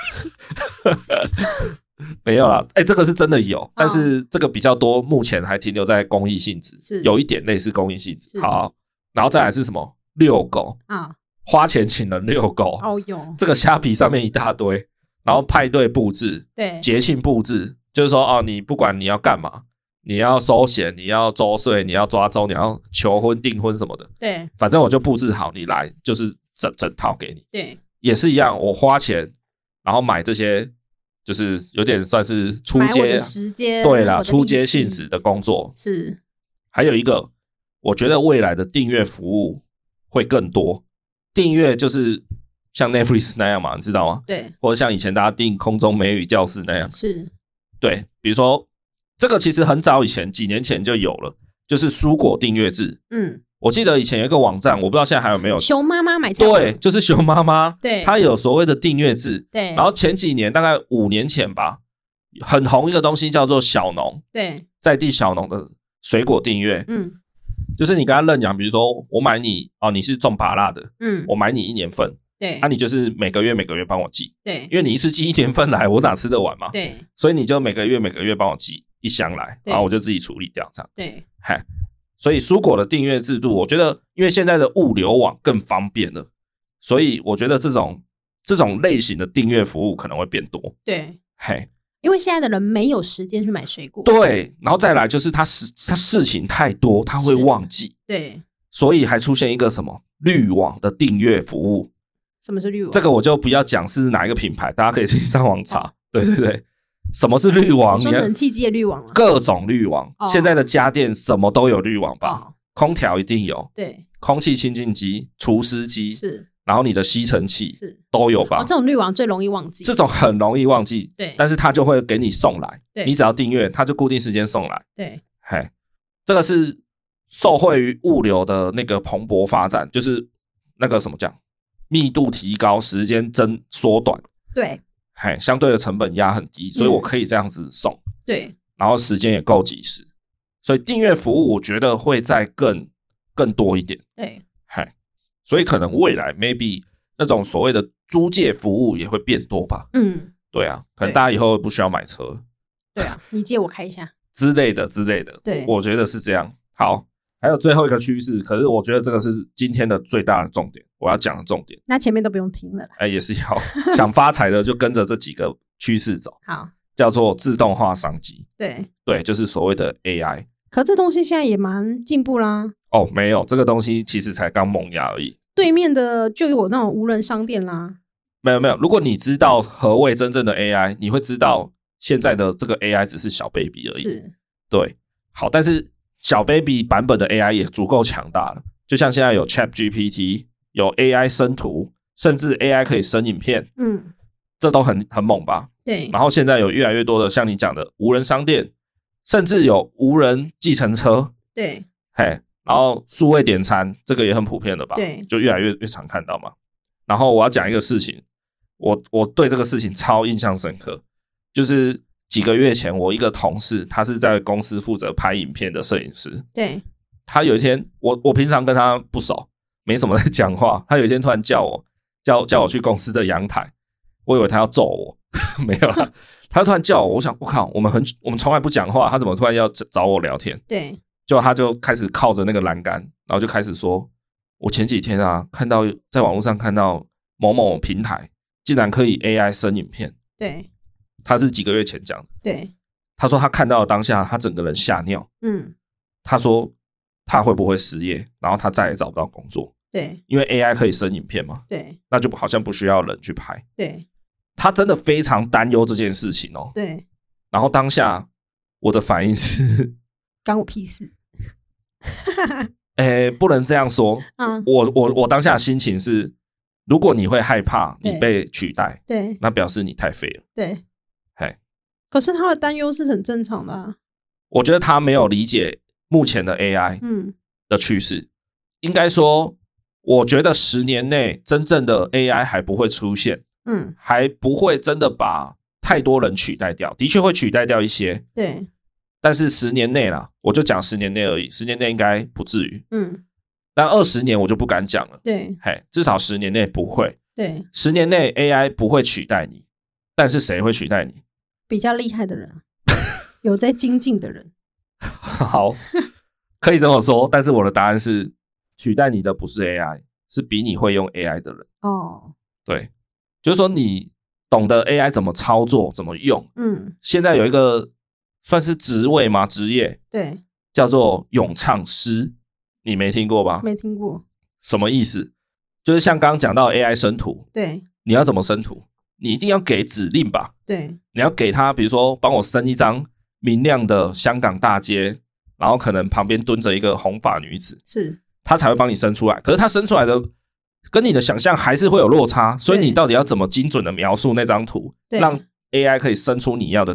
没有啦，这个是真的有，但是这个比较多，目前还停留在公益性质， 是有一点类似公益性质。好，然后再来是什么？遛狗啊，花钱请人遛狗， 有这个虾皮上面一大堆，然后派对布置， 对， 节庆布置，就是说你不管你要干嘛。你要收钱，你要周岁，你要抓周，你要求婚、订婚什么的， 对， 反正我就布置好，你来就是整套给你， 对， 也是一样，我花钱，然后买这些，就是有点算是出街时间， 对啦，出街性质的工作是。 还有一个，我觉得未来的订阅服务会更多，订阅就是像 Netflix 那样嘛，你知道吗？ 对， 或者像以前大家订空中美语教室那样， 是。 对，比如说这个其实很早以前几年前就有了，就是蔬果订阅制。我记得以前有一个网站，我不知道现在还有没有。 熊妈妈买菜。 对，就是熊妈妈。 对， 它有所谓的订阅制。 对， 然后前几年大概5年前吧，很红一个东西叫做小农。 对， 在地小农的水果订阅。就是你跟他认养，比如说我买你你是种芭乐的，我买你1年份。 对， 你就是每个月帮我寄。 对， 因为你一次寄1年份来，我哪吃得完嘛？ 对， 所以你就每个月帮我寄1箱来，然后我就自己处理掉这样。 对， 所以蔬果的订阅制度，我觉得因为现在的物流网更方便了，所以我觉得这种类型的订阅服务可能会变多。 对，因为现在的人没有时间去买水果。 对，然后再来就是他事情太多，他会忘记。 对， 所以还出现一个什么滤网的订阅服务。 什么是滤网？ 这个我就不要讲是哪一个品牌，大家可以自己上网查。对对对。什么是滤网？ 你说冷气机的滤网吗？ 各种滤网，现在的家电什么都有滤网吧？空调一定有， 对， 空气清净机、除湿机是， 然后你的吸尘器是都有吧？ 这种滤网最容易忘记， 这种很容易忘记， 对， 但是它就会给你送来， 对， 你只要订阅，它就固定时间送来， 对， 这个是受惠于物流的那个蓬勃发展，就是那个什么讲，密度提高，时间缩短， 对。 相对的成本压很低，所以我可以这样子送。 对， 然后时间也够及时，所以订阅服务我觉得会再更多一点。 对， 所以可能未来 maybe 那种所谓的租借服务也会变多吧。对啊，可能大家以后不需要买车。 对啊，你借我开一下之类的。对，我觉得是这样。好。还有最后一个趋势，可是我觉得这个是今天的最大的重点，我要讲的重点。 那前面都不用听了啦。 也是要想发财的就跟着这几个趋势走。 好， 叫做自动化商机。 对， 就是所谓的 AI。 可这东西现在也蛮进步啦。 没有，这个东西其实才刚萌芽而已。 对面的就有那种无人商店啦。 没有，如果你知道何谓真正的 AI， 你会知道现在的这个 AI 只是小 baby 而已。 是， 对，好，但是小 baby 版本的 AI 也足够强大了，就像现在有 ChatGPT， 有 AI 生图，甚至 AI 可以生影片，这都很猛吧？ 对。 然后现在有越来越多的像你讲的无人商店，甚至有无人计程车， 对， 然后数位点餐，这个也很普遍的吧？ 对， 就越来越常看到嘛。然后我要讲一个事情，我对这个事情超印象深刻，就是几个月前，我一个同事，他是在公司负责拍影片的摄影师。 对， 他有一天，我平常跟他不熟，没什么在讲话。他有一天突然叫我去公司的阳台，我以为他要揍我，没有啦。他突然叫我，我想我靠，我们从来不讲话，他怎么突然要找我聊天？ 对， 就他就开始靠着那个栏杆，然后就开始说，我前几天看到在网络上看到某某平台竟然可以 AI 生影片。 对。 他是几个月前讲的。 对， 他说他看到当下，他整个人吓尿。他说他会不会失业，然后他再也找不到工作。 对， 因为 AI 可以生影片嘛。 对， 那就好像不需要人去拍。 对， 他真的非常担忧这件事情哦。 对， 然后当下我的反应是， 关我屁事。 不能这样说。我当下的心情是，如果你会害怕你被取代， 对， 那表示你太废了。 对。可是他的担忧是很正常的啊。 我觉得他没有理解目前的 AI 的趋势。应该说，我觉得10年内真正的 AI 还不会出现，还不会真的把太多人取代掉，的确会取代掉一些， 对。 但是10年内啦，我就讲10年内而已，10年内应该不至于，但20年我就不敢讲了， 对， 至少10年内不会， 对 ，10年内 AI 不会取代你，但是谁会取代你？ 比较厉害的人，有在精进的人。 好，可以这么说，但是我的答案是，取代你的不是 AI， 是比你会用 AI 的人。对，就是说你懂得 AI 怎么操作，怎么用。现在有一个算是职位吗？职业， 对， 叫做咏唱师，你没听过吧？ 没听过。 什么意思？就是像刚刚讲到 AI 生图， 对， 你要怎么生图？你一定要给指令吧？ 对， 你要给他，比如说帮我生一张明亮的香港大街，然后可能旁边蹲着一个红发女子， 是， 他才会帮你生出来。可是他生出来的跟你的想象还是会有落差，所以你到底要怎么精准的描述那张图，让 AI 可以生出你要的图？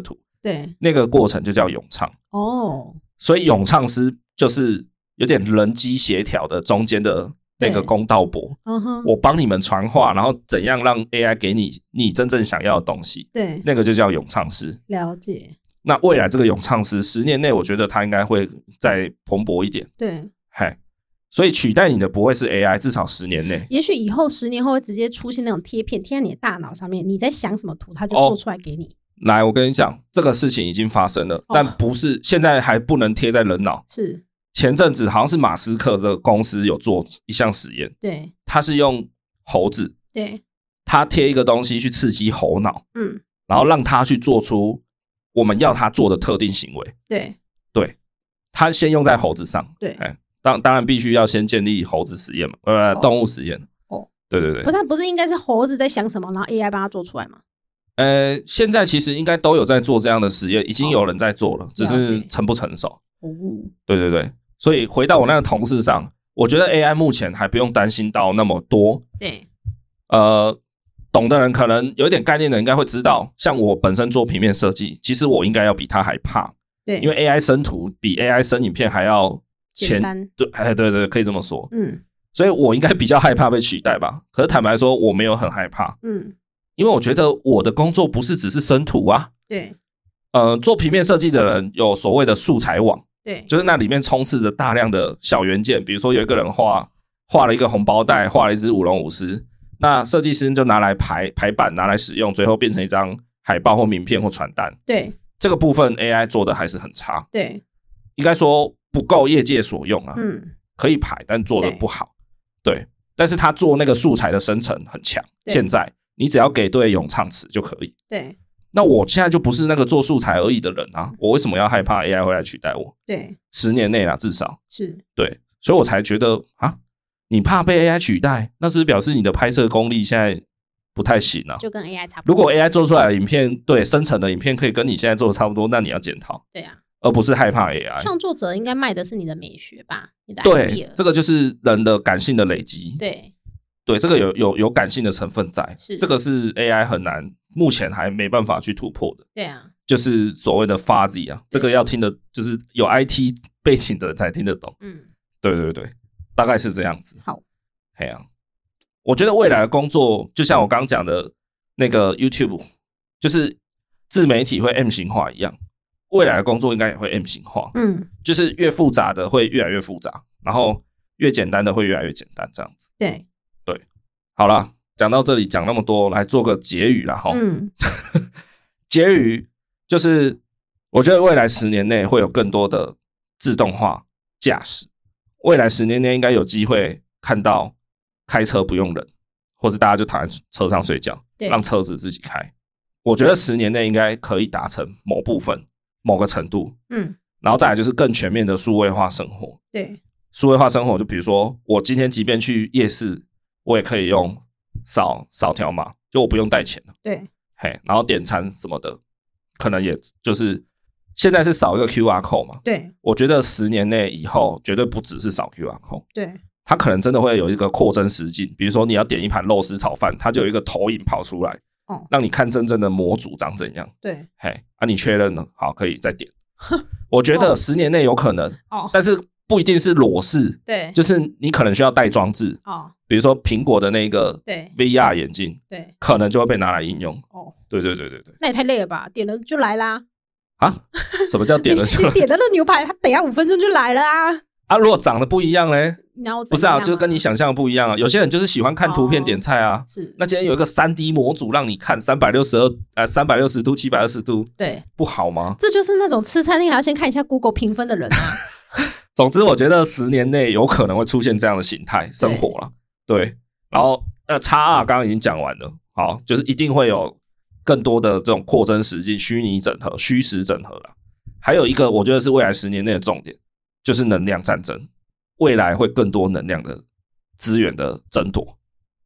对，那个过程就叫咏唱。所以咏唱师就是有点人机协调的中间的那个公道伯。我帮你们传话，然后怎样让 AI 给你真正想要的东西。对，那个就叫咏唱师。了解。那未来这个咏唱师10年内，我觉得他应该会再蓬勃一点。对，所以取代你的不会是 AI， 至少10年内。也许以后10年后会直接出现那种贴片贴在你的大脑上面，你在想什么图，它就做出来给你。来，我跟你讲，这个事情已经发生了，但不是现在还不能贴在人脑。是前阵子好像是马斯克的公司有做一项实验，对，他是用猴子，对，他贴一个东西去刺激猴脑，然后让他去做出我们要他做的特定行为。对，他先用在猴子上，对，当然必须要先建立猴子实验嘛，动物实验。对，不是应该是猴子在想什么，然后 AI 帮他做出来吗？现在其实应该都有在做这样的实验，已经有人在做了，只是成不成熟。对，所以回到我那个同事上，我觉得 AI 目前还不用担心到那么多。对，懂的人可能有一点概念的人应该会知道，像我本身做平面设计，其实我应该要比他还怕。对，因为 AI 生图比 AI 生影片还要简单。对，可以这么说。所以我应该比较害怕被取代吧。可是坦白说，我没有很害怕。因为我觉得我的工作不是只是生图啊。对，做平面设计的人有所谓的素材网。对，就是那里面充斥着大量的小元件，比如说有一个人画了一个红包袋，画了一只舞龙舞狮，那设计师就拿来排版，拿来使用，最后变成一张海报或名片或传单。对，这个部分 AI 做的还是很差。对，应该说不够业界所用啊。可以排，但做的不好。对，但是他做那个素材的生成很强。现在你只要给对咏唱词就可以。对，那我现在就不是那个做素材而已的人啊，我为什么要害怕 AI 会来取代我？对，10年内啦，至少是。对，所以我才觉得啊，你怕被 AI 取代，那是不是表示你的拍摄功力现在不太行啊？就跟 AI 差不多。如果 AI 做出来的影片，对，生成的影片可以跟你现在做的差不多，那你要检讨。对啊。而不是害怕 AI。创作者应该卖的是你的美学吧？你的 idea。对，这个就是人的感性的累积。对，这个有感性的成分在。是，这个是 AI 很难，目前还没办法去突破的。对啊，就是所谓的 fuzzy 啊，这个要听的，就是有 IT 背景的人才听得懂。对，大概是这样子。好，嘿啊，我觉得未来的工作，就像我刚刚讲的那个 YouTube， 就是自媒体会 M 型化一样。未来的工作应该也会 M 型化，就是越复杂的会越来越复杂，然后越简单的会越来越简单，这样子。对，好啦，讲到这里，讲那么多，来做个结语啦齁。结语就是我觉得未来10年内会有更多的自动化驾驶，未来10年内应该有机会看到开车不用人，或是大家就躺在车上睡觉，让车子自己开。我觉得10年内应该可以达成某部分某个程度。然后再来就是更全面的数位化生活。对，数位化生活就比如说我今天即便去夜市，我也可以用扫条码，就我不用带钱了。对，然后点餐什么的可能也就是现在是扫一个 QR code 嘛。对，我觉得10年内以后绝对不只是扫 QR code。对，它可能真的会有一个扩增实境，比如说你要点一盘肉丝炒饭，它就有一个投影跑出来，让你看真正的模组长怎样。对，你确认了，好，可以再点。我觉得10年内有可能，但是不一定是裸视。对，就是你可能需要带装置。比如说苹果的那个 VR 眼镜，对，可能就会被拿来应用。对，那也太累了吧？点了就来啦。啊？什么叫点了就来？你点的那牛排，它等一下5分钟就来了啊！如果长得不一样嘞？不是啊，就是跟你想象的不一样啊。有些人就是喜欢看图片点菜啊。是。那今天有一个 3D 模组让你看360度、720度，对，不好吗？这就是那种吃餐厅还要先看一下 Google 评分的人啊。总之，我觉得10年内有可能会出现这样的形态生活啦。对，然后XR 刚刚已经讲完了，好，就是一定会有更多的这种扩增实境、虚拟整合、虚实整合啦。还有一个，我觉得是未来10年内的重点，就是能量战争。未来会更多能量的资源的争夺，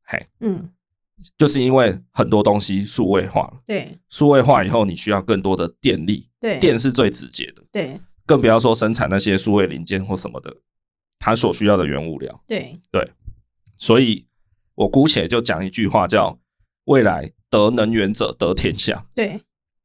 就是因为很多东西数位化了。对，数位化以后，你需要更多的电力。对，电是最直接的。对，更不要说生产那些数位零件或什么的，它所需要的原物料。对，所以我姑且就讲一句话，叫未来得能源者得天下。对，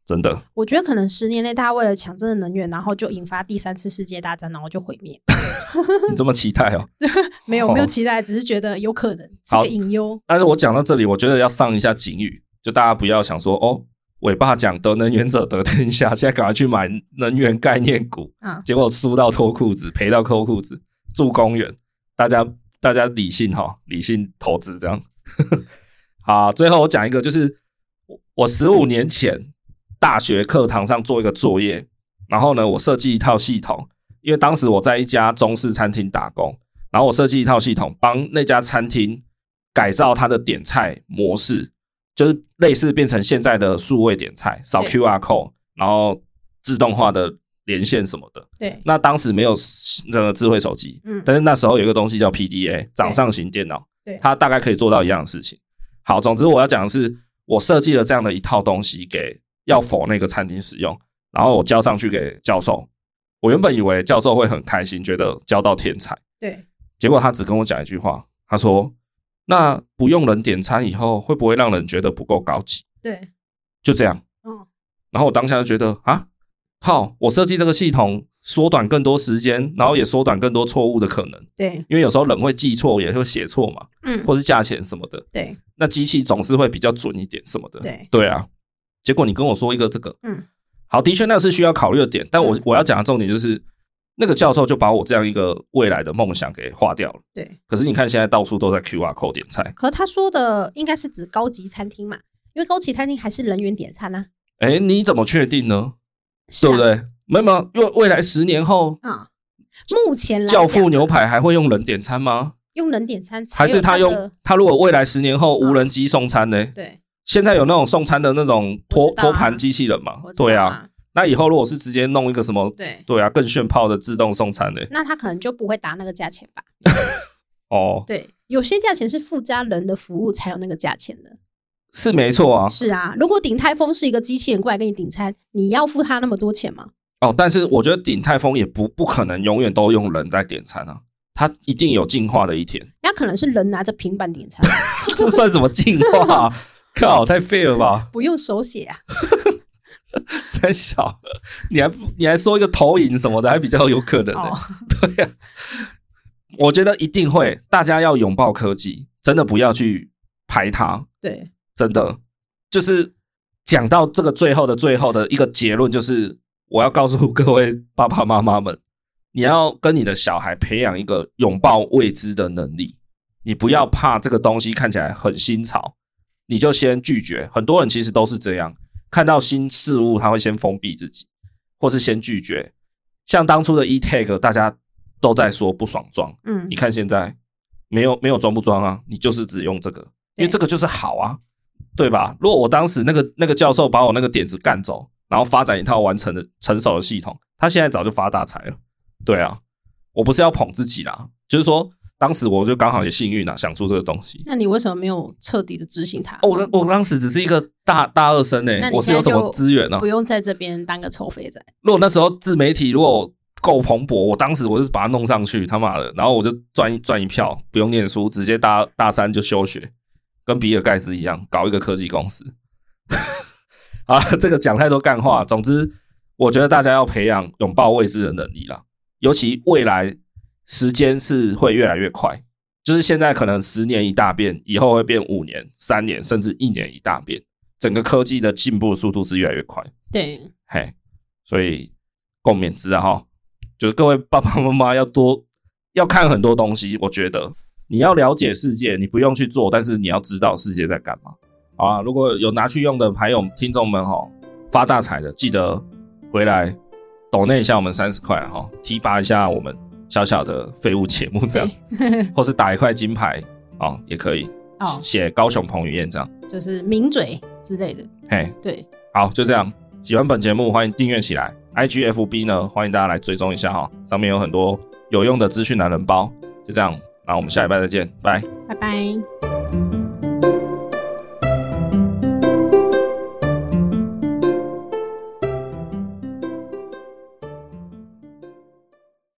真的。 我觉得可能10年内大家为了抢这个能源，然后就引发第3次世界大战，然后就毁灭。 你这么期待哦？ 没有期待，只是觉得有可能是个隐忧。 但是我讲到这里，我觉得要上一下警语，就大家不要想说哦，尾巴讲得能源者得天下，现在赶快去买能源概念股，结果输到脱裤子，赔到脱裤子，住公园。大家理性理性投资这样。好，最后我讲一个，就是我15年前大学课堂上做一个作业，然后呢，我设计一套系统，因为当时我在一家中式餐厅打工，然后我设计一套系统，帮那家餐厅改造它的点菜模式，就是类似变成现在的数位点菜，扫 QR code， 然后自动化的连线什么的。 对， 那当时没有智慧手机，但是那时候有一个东西叫 PDA 掌上型电脑，它大概可以做到一样的事情。好，总之我要讲的是，我设计了这样的一套东西给要否那个餐厅使用，然后我交上去给教授。我原本以为教授会很开心，觉得交到天才， 对， 结果他只跟我讲一句话，他说：“那不用人点餐以后，会不会让人觉得不够高级？” 对， 就这样。然后我当下就觉得好，我设计这个系统缩短更多时间，然后也缩短更多错误的可能。 对， 因为有时候人会记错，也会写错嘛，或是价钱什么的。 对， 那机器总是会比较准一点什么的。对啊。结果你跟我说一个这个，好，的确那是需要考虑的点，但我要讲的重点就是，那个教授就把我这样一个未来的梦想给划掉了。对，可是你看现在到处都在 QR code 点菜。 可他说的应该是指高级餐厅嘛，因为高级餐厅还是人员点餐啊。 你怎么确定呢？对不对？没有，因为未来10年后目前来教父牛排还会用人点餐吗？ 用人点餐还是他如果未来10年后无人机送餐呢？ 对， 现在有那种送餐的那种托盘机器人嘛？对啊，那以后如果是直接弄一个什么，对啊，更炫炮的自动送餐呢？ 那他可能就不会打那个价钱吧？对，有些价钱是附加人的服务才有那个价钱的。 是没错啊。 是啊，如果鼎泰丰是一个机器人过来给你订餐，你要付他那么多钱吗？ 但是我觉得鼎泰丰也不可能永远都用人在点餐啊，它一定有进化的一天。 那可能是人拿着平板点餐。 这算什么进化靠，太废了吧！ 不用手写啊。 三小，你还说一个投影什么的，还比较有可能呢。对啊，我觉得一定会，大家要拥抱科技，真的不要去排它。 对， 真的就是讲到这个最后的一个结论，就是我要告诉各位爸爸妈妈们，你要跟你的小孩培养一个拥抱未知的能力。你不要怕这个东西看起来很新潮，你就先拒绝。很多人其实都是这样，看到新事物他会先封闭自己，或是先拒绝。像当初的 eTag 大家都在说不爽装，你看现在没有装不装啊，你就是只用这个，因为这个就是好啊，对吧？如果我当时那个教授把我那个点子干走，然后发展一套完成的成熟的系统，他现在早就发大财了。对啊，我不是要捧自己啦，就是说当时我就刚好也幸运啦，想出这个东西。 那你为什么没有彻底的执行它？ 我当时只是一个大二生我是有什么资源呢？ 不用在这边当个臭肥仔。 如果那时候自媒体如果够蓬勃，我当时我就把它弄上去，他妈的，然后我就赚一票，不用念书，直接大3就休学，跟比尔盖茨一样，搞一个科技公司。好，这个讲太多干话。总之，我觉得大家要培养拥抱未知的能力啦，尤其未来时间是会越来越快，就是现在可能10年一大变，以后会变5年、3年，甚至1年一大变。整个科技的进步速度是越来越快。 对， 所以共勉之啊齁。就是各位爸爸妈妈要看很多东西，我觉得你要了解世界，你不用去做，但是你要知道世界在干嘛。好啊，如果有拿去用的还有听众们发大财的，记得回来抖内一下我们30块提拔一下我们小小的废物节目这样，或是打一块金牌也可以写高雄彭于晏这样， 就是名嘴之类的。对， 好，就这样。喜欢本节目欢迎订阅起来， IGFB 呢欢迎大家来追踪一下上面有很多有用的资讯懒人包。就这样，那我们下礼拜再见，拜拜。